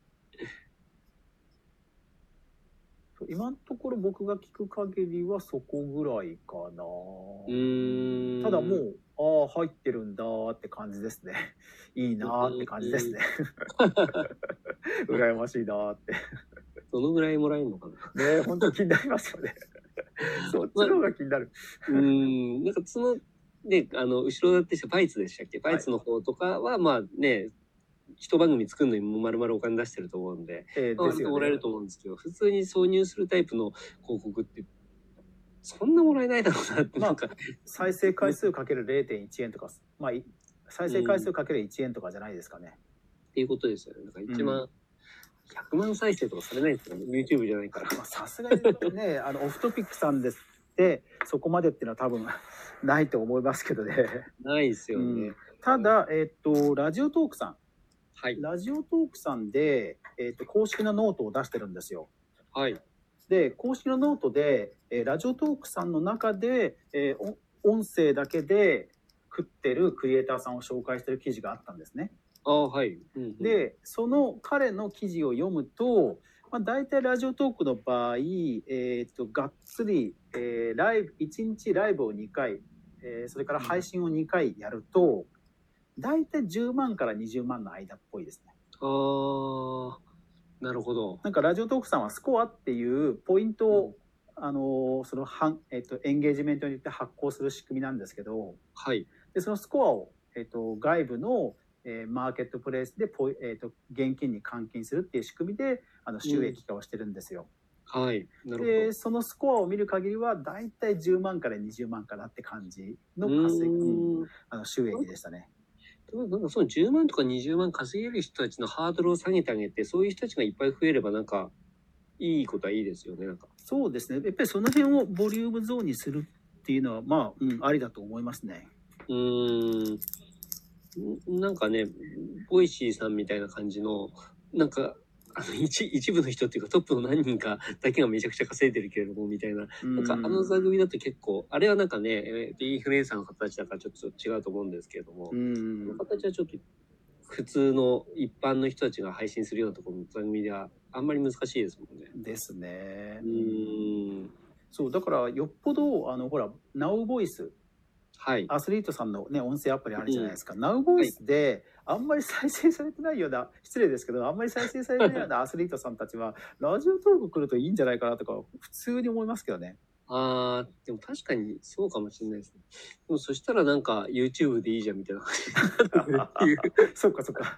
今のところ僕が聞く限りはそこぐらいかな。うんただもうああ入ってるんだって感じですね。いいなって感じですね。羨ましいなって。 どのぐらいもらえるのかな。ね本当気になりますよね。そっちの方が気になる。 まあ、うんなんかそのねあの後ろ盾したバイツでしたっけ？バイツの方とかは、はい、まあね。一番組作るのにも丸々お金出してると思うんで、えーまあ、割ともらえると思うんですけど、普通に挿入するタイプの広告ってそんなもらえないだろうなってなんか、まあ、 再生回数かける れいてんいち 円とか、まあ再生回数かけるいちえんとかじゃないですかね。 っていうことですよね。なんかいちまん、うん、ひゃくまん再生とかされないですよね。YouTube じゃないから。 さすがにね、あのオフトピックさんですってそこまでっていうのは多分ないと思いますけどね。 ないですよね。 うん、ただえっとラジオトークさん。はい、ラジオトークさんで、えーと、公式のノートを出してるんですよ。はい。で、公式のノートで、えー、ラジオトークさんの中で、えー、音声だけで食ってるクリエイターさんを紹介してる記事があったんですね。 ああ、はい。 うんうん、で、その彼の記事を読むと、まあ、大体ラジオトークの場合、えーと、がっつり、えー、ライブ、いちにちライブをにかい、えー、それから配信をにかいやると、大体じゅうまんからにじゅうまんの間っぽいですね。 ああ、なるほど。 なんかラジオトークさんはスコアっていうポイントを、うん、あのそのはん、えっと、エンゲージメントによって発行する仕組みなんですけど、はい、でそのスコアを、えっと、外部の、えー、マーケットプレイスでポイ、えっと、現金に換金するっていう仕組みであの収益化をしてるんですよ。 うん、はい、なるほど。 でそのスコアを見る限りは大体じゅうまんからにじゅうまんかなって感じの稼ぎ、うん、あの収益でしたね。 なんかそのじゅうまんとかにじゅうまん稼げる人たちのハードルを下げてあげて、そういう人たちがいっぱい増えればなんかいいことはいいですよね。なんかそうですね。やっぱりその辺をボリュームゾーンにするっていうのはまあ、うん、ありだと思いますね。 うーん。なんかね、ボイシーさんみたいな感じのなんかあの 一, 一部の人っていうかトップの何人かだけがめちゃくちゃ稼いでるけれどもみたいな、なんかあの座組だと結構あれはなんかねインフルエンサーの形だからちょっと違うと思うんですけれども、うんその形はちょっと普通の一般の人たちが配信するようなところの座組ではあんまり難しいですもんね。 ですね。うんそうだからよっぽどあのほら Now Voice、はい、アスリートさんのね音声アプリあるじゃないですか。うん、Now Voice で、はい、あんまり再生されてないような失礼ですけどあんまり再生されてないようなアスリートさんたちはラジオトーク来るといいんじゃないかなとか普通に思いますけどね。 ああ、でも確かにそうかもしれないですね。でもそしたらなんか YouTube でいいじゃんみたいなそっかそっか。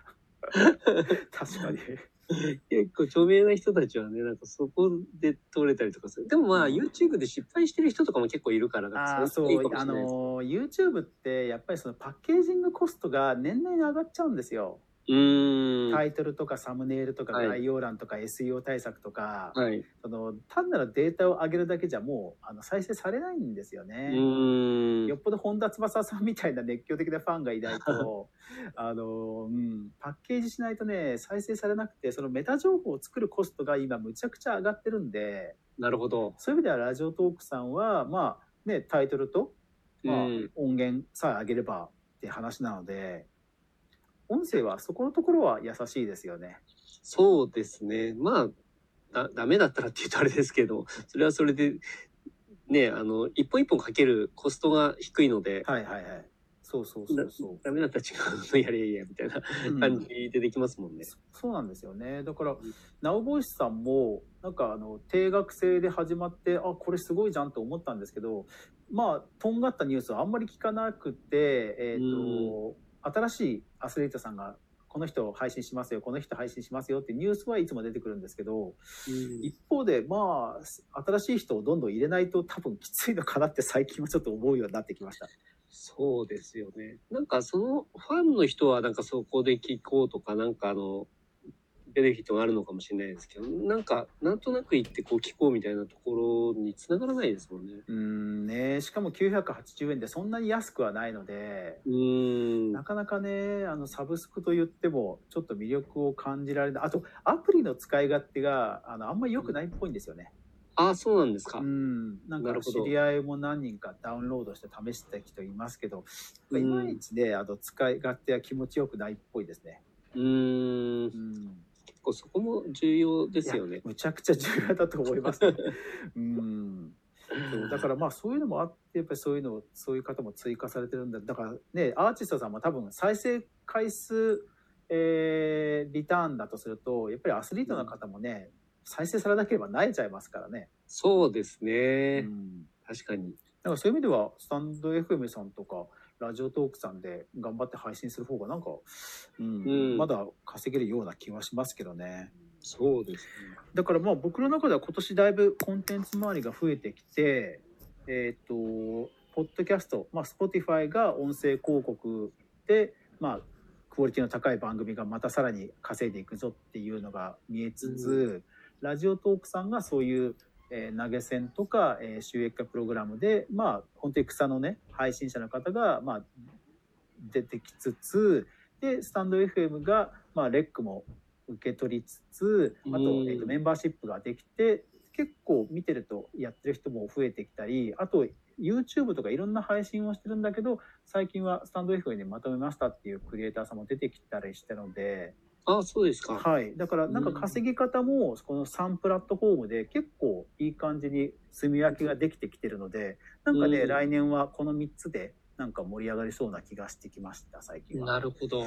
確かに。 結構著名な人たちはね、なんかそこで通れたりとかする。でもまあ、うん、YouTube で失敗してる人とかも結構いるから、 ああ、そう、あの、YouTube ってやっぱりそのパッケージングコストが年々上がっちゃうんですよ。 うーん、 タイトルとかサムネイルとか概要欄とか エスイーオー 対策とか、 はい、 その単なるデータを上げるだけじゃもうあの再生されないんですよね。 うーん、 よっぽど本田翼さんみたいな熱狂的なファンがいないとあの、うん、パッケージしないとね再生されなくて、そのメタ情報を作るコストが今むちゃくちゃ上がってるんで、 なるほど。 そういう意味ではラジオトークさんはまあねタイトルと、まあ、音源さえ上げればって話なので、音声はそこのところは優しいですよね。 そうですね。まあ、だ、ダメだったらって言うとあれですけど、それはそれで、ね、あの、一本一本かけるコストが低いので。 はいはいはい。そうそうそうそう。 ダメだったら違うのやれやれやみたいな感じでできますもんね。うん、 そ, そうなんですよね。だから、ナウボイスさんも、なんかあの、定額制で始まって、あ、これすごいじゃんと思ったんですけど、まあ、とんがったニュースはあんまり聞かなくて、えっと、新しいアスリートさんが、この人配信しますよ、この人配信しますよってニュースはいつも出てくるんですけど、一方で、まあ、新しい人をどんどん入れないと多分きついのかなって最近はちょっと思うようになってきました。 そうですよね。なんかそのファンの人はなんかそこで聞こうとか、なんかあの、ベネフィットがあるのかもしれないですけど、なんかなんとなく言ってこう聞こうみたいなところにつながらないですもんね。 うんね、しかもきゅうひゃくはちじゅうえんでそんなに安くはないので、うんなかなかねあのサブスクと言ってもちょっと魅力を感じられない。あとアプリの使い勝手があのあんまり良くないっぽいんですよね。 うん、ああそうなんですか。 うんなんか知り合いも何人かダウンロードして試してた人いますけど、いまいちねあの使い勝手は気持ちよくないっぽいですね。 うんうん結構そこも重要ですよね。 むちゃくちゃ重要だと思います、ね、うんそうだからまあそういうのもあってやっぱりそういうのそういう方も追加されてるんだ。だからねアーティストさんも多分再生回数、えー、リターンだとするとやっぱりアスリートの方もね、うん、再生されなければ萎えちゃいますからね。 そうですね、うん、確かに。 だからそういう意味ではスタンド エフエム さんとかラジオトークさんで頑張って配信する方がなんか、うんうん、まだ稼げるような気はしますけどね。 そうですね。 だからまあ僕の中では今年だいぶコンテンツ周りが増えてきて、えっとポッドキャスト、まあ Spotify が音声広告でまあクオリティの高い番組がまたさらに稼いでいくぞっていうのが見えつつ、うん、ラジオトークさんがそういう、えー、投げ銭とか、えー、収益化プログラムでまあ本当に草のね配信者の方がまあ出てきつつ、でスタンド エフエム がまあレックも受け取りつつ、あと、えーと、メンバーシップができて結構見てるとやってる人も増えてきたり、あと YouTube とかいろんな配信をしてるんだけど最近はスタンド エフエム にまとめましたっていうクリエイターさんも出てきたりしたので。 あ、そうですか。 はい、だからなんか稼ぎ方もこのさんプラットフォームで結構いい感じに住み分けができてきてるので、なんかね来年はこのみっつでなんか盛り上がりそうな気がしてきました最近は。 なるほど、うん、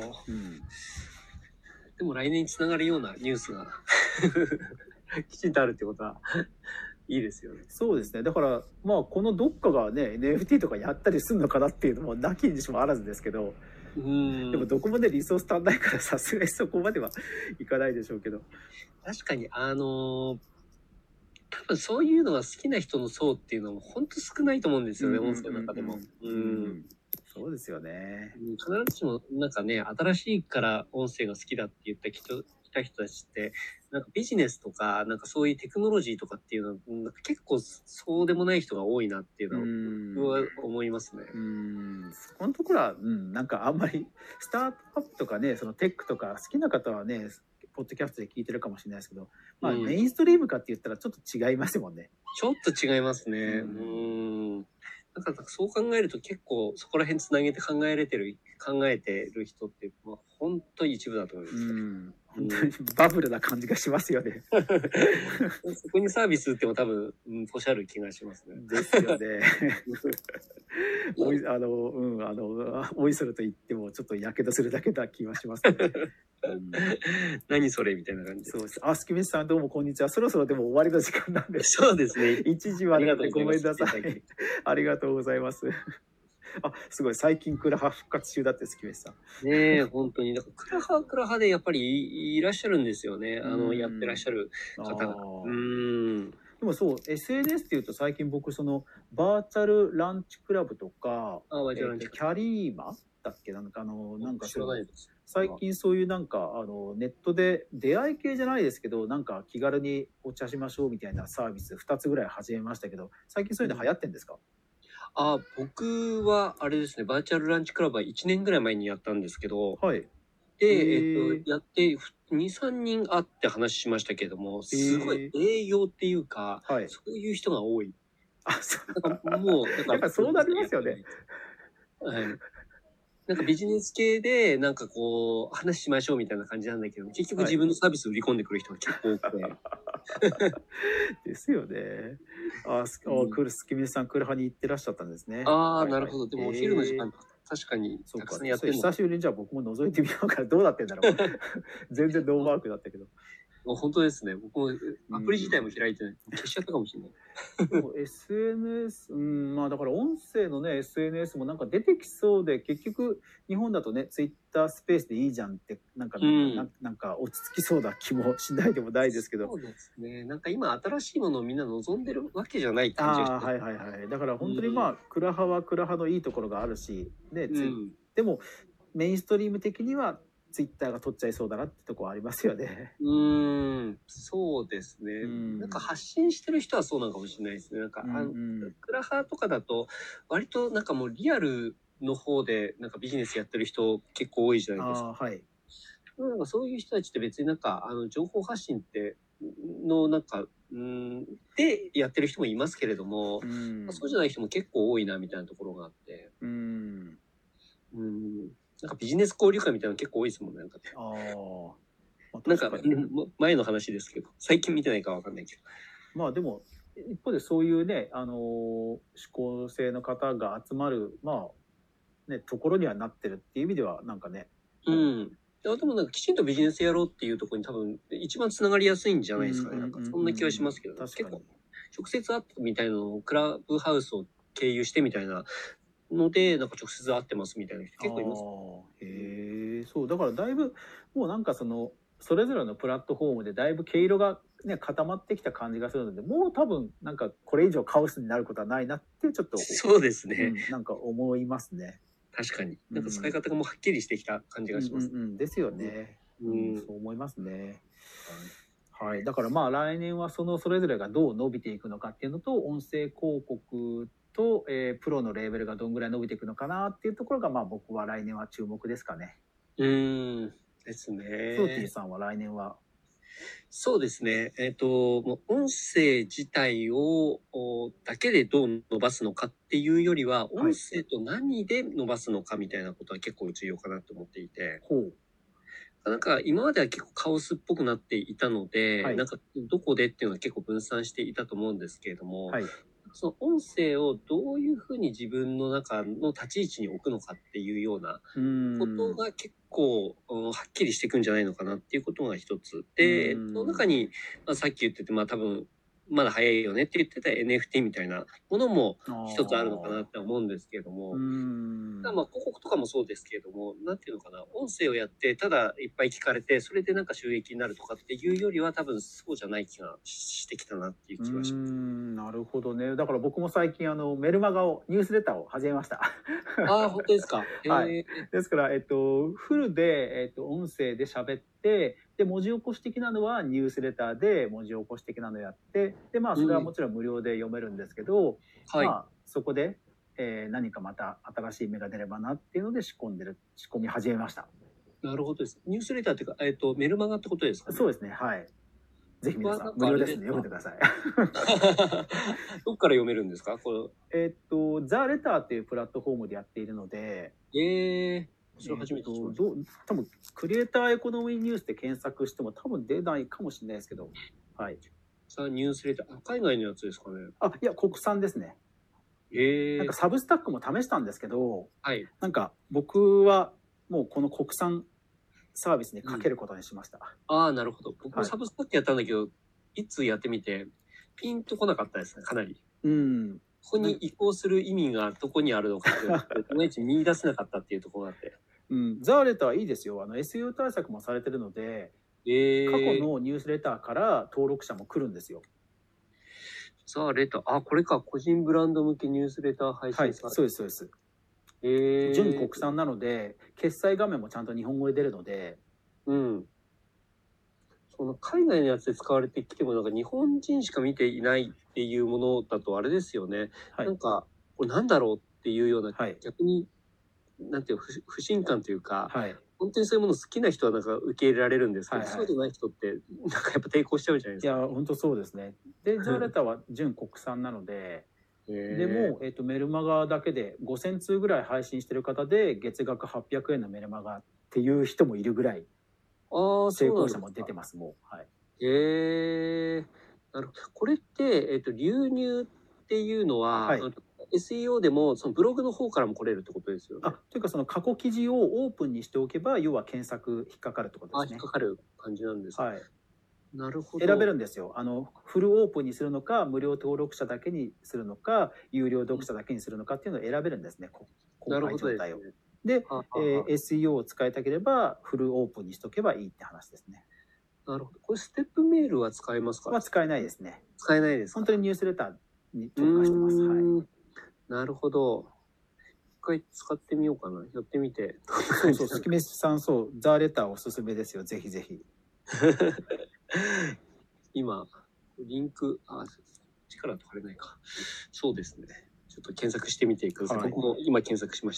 でも来年につながるようなニュースがきちんとあるってことはいいですよね。 そうですね。だからまあこのどっかがね エヌエフティー とかやったりするのかなっていうのもなきにしもあらずですけど、うんでもどこまでリソース足んないからさすがにそこまではいかないでしょうけど。 確かにあのー、多分そういうのが好きな人の層っていうのも本当少ないと思うんですよね、音声の中でも。うん。 そうですよね。 必ずしもなんかね、新しいから音声が好きだって言った人、来た人たちって、なんかビジネスとか、なんかそういうテクノロジーとかっていうのは、なんか結構そうでもない人が多いなっていうのは、僕は思いますね。 うん。そこのところは、うん、なんかあんまり、スタートアップとかね、そのテックとか好きな方はね、ポッドキャストで聞いてるかもしれないですけど、まあ、メインストリームかって言ったらちょっと違いますもんね。 ちょっと違いますね。うん。なんかそう考えると結構そこら辺つなげて考えれてる考えてる人ってまあ本当に一部だと思います。うん、 本当にバブルな感じがしますよね。 そこにサービス売っても多分、うん、ポシャる気がしますね。 ですよね。おいあのうんあのおいそれと言ってもちょっとやけどするだけだ気がしますね。 うん、何それみたいな感じで。 そうです。あ、スキミスさんどうもこんにちは。そろそろでも終わりの時間なんです。 そうですね。 一時はごめんなさい。ありがとうございます。 あ、すごい。最近クラハ復活中だって、月飯さん。ねえ、本当に。だからクラハはクラハでやっぱりい、いらっしゃるんですよね。あの、やってらっしゃる方が。うん。 でもそう、エスエヌエス っていうと最近僕、その、バーチャルランチクラブとか、 あ、バーチャルランチ、 えー、キャリーマだっけなんかあの、なんかそう、 知らないです。 最近そういうなんか、あの、ネットで出会い系じゃないですけど、なんか気軽にお茶しましょうみたいなサービスふたつぐらい始めましたけど、最近そういうの流行ってんですか？うん、 あ、僕はあれですね、バーチャルランチクラブはいちねんぐらい前にやったんですけど、 はい。 で、えっと、やってに、さんにん会って話しましたけれども、すごい営業っていうか、 はい、 そういう人が多い。 あ、そう。 だからもう、だから、 やっぱそうなりますよね。 はい。なんかビジネス系で、なんかこう、話しましょうみたいな感じなんだけど、結局自分のサービス売り込んでくる人が結構多くて。 ですよね。あ、すあ、クルスキミさん、クルハに行ってらっしゃったんですね。 ああ、 はいはい、 なるほど。でもお昼の時間、 えー、 確かにそうか、 たくさんやってるの。 久しぶりにじゃあ僕も覗いてみようかな。どうなってんだろう。全然ノーマークだったけど。 もう本当ですね。僕もアプリ自体も開いてない。消しちゃったかもしれない。 でも エスエヌエス、うん、まあだから音声のね、エスエヌエス もなんか出てきそうで、結局日本だとね、ツイッタースペースでいいじゃんって、なんか、うん、な, なんか落ち着きそうな気もしないでもないですけど。 そうですね。なんか今新しいものをみんな望んでるわけじゃない感じがします。 ああ、はいはいはい。だから本当にまあ、クラハはクラハのいいところがあるし、ね、 うん、 でもメインストリーム的にはツイッターが取っちゃいそうだなってとこはありますよね。 うーん、そうですね。 うん、 なんか発信してる人はそうなのかもしれないですね。なんか、うん、あの、クラハとかだと、割となんかもうリアルの方でなんかビジネスやってる人結構多いじゃないですか。あ、はい。なんかそういう人たちって別になんか、あの、情報発信って、のなんか、うん、でやってる人もいますけれども、うん、そうじゃない人も結構多いなみたいなところがあって。うん。うん。なんかビジネス交流会みたいなの結構多いですもんね。なんかね。ああ。まあ、なんか、前の話ですけど、最近見てないかわかんないけど。 まあでも、一方でそういうね、あのー、思考性の方が集まる、まあ、ね、ところにはなってるっていう意味では、なんかね。 うん。でもなんかきちんとビジネスやろうっていうところに多分一番つながりやすいんじゃないですかね。なんかそんな気はしますけど、ね、結構直接会ったみたいなのをクラブハウスを経由してみたいなので、なんか直接会ってますみたいな人結構います。 へえ、そう、だからだいぶ、もうなんかその、それぞれのプラットフォームでだいぶ毛色がね、固まってきた感じがするので、もう多分、なんかこれ以上カオスになることはないなって、ちょっと、 そうですね、 うん、なんか思いますね。 確かに。なんか使い方がもうはっきりしてきた感じがします。 うんうんうん、ですよね。うん、そう思いますね。はい。だからまあ来年はそのそれぞれがどう伸びていくのかっていうのと、音声広告と、えー、プロのレーベルがどんぐらい伸びていくのかなっていうところが、まあ僕は来年は注目ですかね。 うーん。ですね。 ソーティーさんは来年は？ そうですね。えっと、もう音声自体をだけでどう伸ばすのかっていうよりは、音声と何で伸ばすのかみたいなことは結構重要かなと思っていて。ほう。なんか今までは結構カオスっぽくなっていたので、はい、なんかどこでっていうのは結構分散していたと思うんですけれども、はい、その音声をどういうふうに自分の中の立ち位置に置くのかっていうようなことが結構、うん、はっきりしていくんじゃないのかなっていうことが一つ。で、その中に、まあ、さっき言ってて、まあ多分、まだ早いよねって言ってた エヌエフティー みたいなものも一つあるのかなって思うんですけれども、まあ広告とかもそうですけれども、なんていうのかな、音声をやってただいっぱい聞かれて、それでなんか収益になるとかっていうよりは多分そうじゃない気がしてきたなっていう気はします。 なるほどね。だから僕も最近あのメルマガをニュースレターを始めました。 ああ、本当ですか。 はい。ですから、えっと、フルで、えっと、音声で喋って、で、文字起こし的なのはニュースレターで文字起こし的なのやって、で、まあ、それはもちろん無料で読めるんですけど、うん、まあ、そこで、えー、何かまた新しい芽が出ればなっていうので仕込んでる、仕込み始めました。 なるほどです。ニュースレターっていうか、えっと、メルマガってことですかね。 そうですね。はい。ぜひ皆さん、無料ですね。読んでください。 どっから読めるんですかこれえっと、ザ・レターっていうプラットフォームでやっているので、 えー、それ初めて聞きました。 多分、クリエイターエコノミーニュースって検索しても多分出ないかもしれないですけど、はい。 ザ・ニュースレター、海外のやつですかね。 あ、いや、国産ですね。 えー、 なんかサブスタックも試したんですけど、 はい。 なんか僕はもうこの国産サービスにかけることにしました。 うん、ああ、なるほど。僕もサブスタックやったんだけど、はい、いつやってみて、ピンとこなかったですね、かなり。 うん。 ここに移行する意味がどこにあるのかっていまいち見出せなかったっていうところがあって。 うん、ザーレタはいいですよ。あの エスイーオー 対策もされてるので、 えー、 過去のニュースレターから登録者も来るんですよ。 ザーレター、あ、これか、個人ブランド向けニュースレター配信されてる。 はい、そうです、そうです。 えー、 純国産なので、決済画面もちゃんと日本語で出るので、 うん。その海外のやつで使われてきても、なんか日本人しか見ていないっていうものだとあれですよね。はい、なんか、これなんだろうっていうような、はい、逆に、なんていう不、不信感というか、はい、本当にそういうもの好きな人はなんか受け入れられるんですけど、はいはい、そうでない人って、なんかやっぱ抵抗しちゃうじゃないですか。 いや、本当そうですね。で、ザーレターは純国産なので、でも、えーと、メルマガだけでごせんつうぐらい配信してる方で月額はっぴゃくえんのメルマガっていう人もいるぐらい成功者も出てます。もう、はい。 へえー、なるほど。これって、えーと、流入っていうのは、はい、エスイーオー でもそのブログの方からも来れるってことですよね。 あ、というかその過去記事をオープンにしておけば要は検索引っかかるってことですね。 あ、引っかかる感じなんですか。はい。なるほど。 選べるんですよ。あのフルオープンにするのか、無料登録者だけにするのか、有料読者だけにするのかっていうのを選べるんですね。公開状態を。で、えー、エスイーオー を使いたければフルオープンにしとけばいいって話ですね。 なるほど。これステップメールは使えますか？ は使えないですね。 使えないですか。 本当にニュースレターに特化してます。はい。 なるほど。一回使ってみようかな。やってみて。 そうそう、スキメスさん、そう、ザーレターおすすめですよ。ぜひぜひ。 今、リンク、あ、力と貼れないか。そうですね。ちょっと検索してみてください。はい、僕も今検索しました。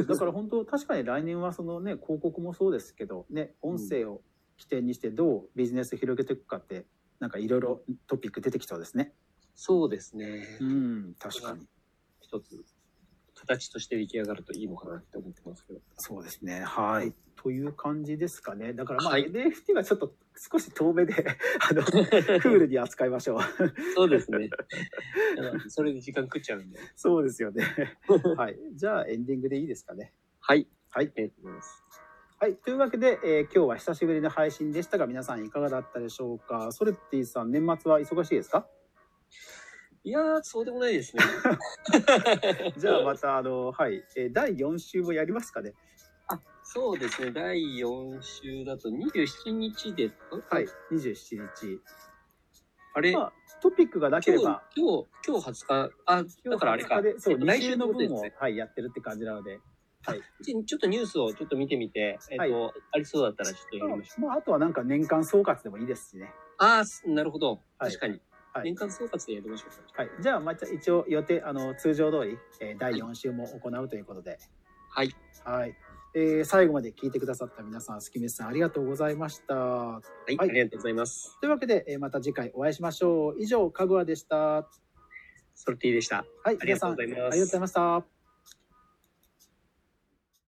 だから本当、確かに来年はそのね、広告もそうですけど、ね、音声を起点にしてどうビジネス広げていくかって、なんかいろいろトピック出てきそうですね。 そうですね。 うん、確かに。 一つ。形として出来上がるといいのかなって思ってますけど。 そうですね。はい。という感じですかね。だからまあ、はい、エヌエフティー はちょっと少し遠目であのクールに扱いましょう。 そうですね。それで時間食っちゃうんで。 そうですよね。はい。じゃあエンディングでいいですかね。 はい。 はい。ありがとうございます。はい。というわけで、えー、今日は久しぶりの配信でしたが、皆さんいかがだったでしょうか。ソルティさん、年末は忙しいですか？ いやー、そうでもないですね。 じゃあまた、あの、はい、えー、だいよん週もやりますかね。 あ、そうですね。だいよん週だとにじゅうしちにちで、 はい、にじゅうしちにち。 あれ、 まあ、トピックがなければ。 今日、今日はつか、あ、だからあれか。 そう、来週の分を、はい、やってるって感じなので。はい、 ちょっとニュースをちょっと見てみて、えっと、はい、ありそうだったらちょっとやりましょう。 まあ、あとはなんか年間総括でもいいですしね。 ああ、なるほど。確かに。 はい、 年間総括でやりましょうか。はい。じゃあ、まあ、一応予定、あの、通常通り、えー、だいよん週も行うということで。 はい。 はい。えー、最後まで聞いてくださった皆さん、スキメスさん、ありがとうございました。はい。はい、ありがとうございます。 というわけで、えー、また次回お会いしましょう。以上、かぐわでした。 ソルティでした。 はい。 ありがとうございます。 ありがとうございました。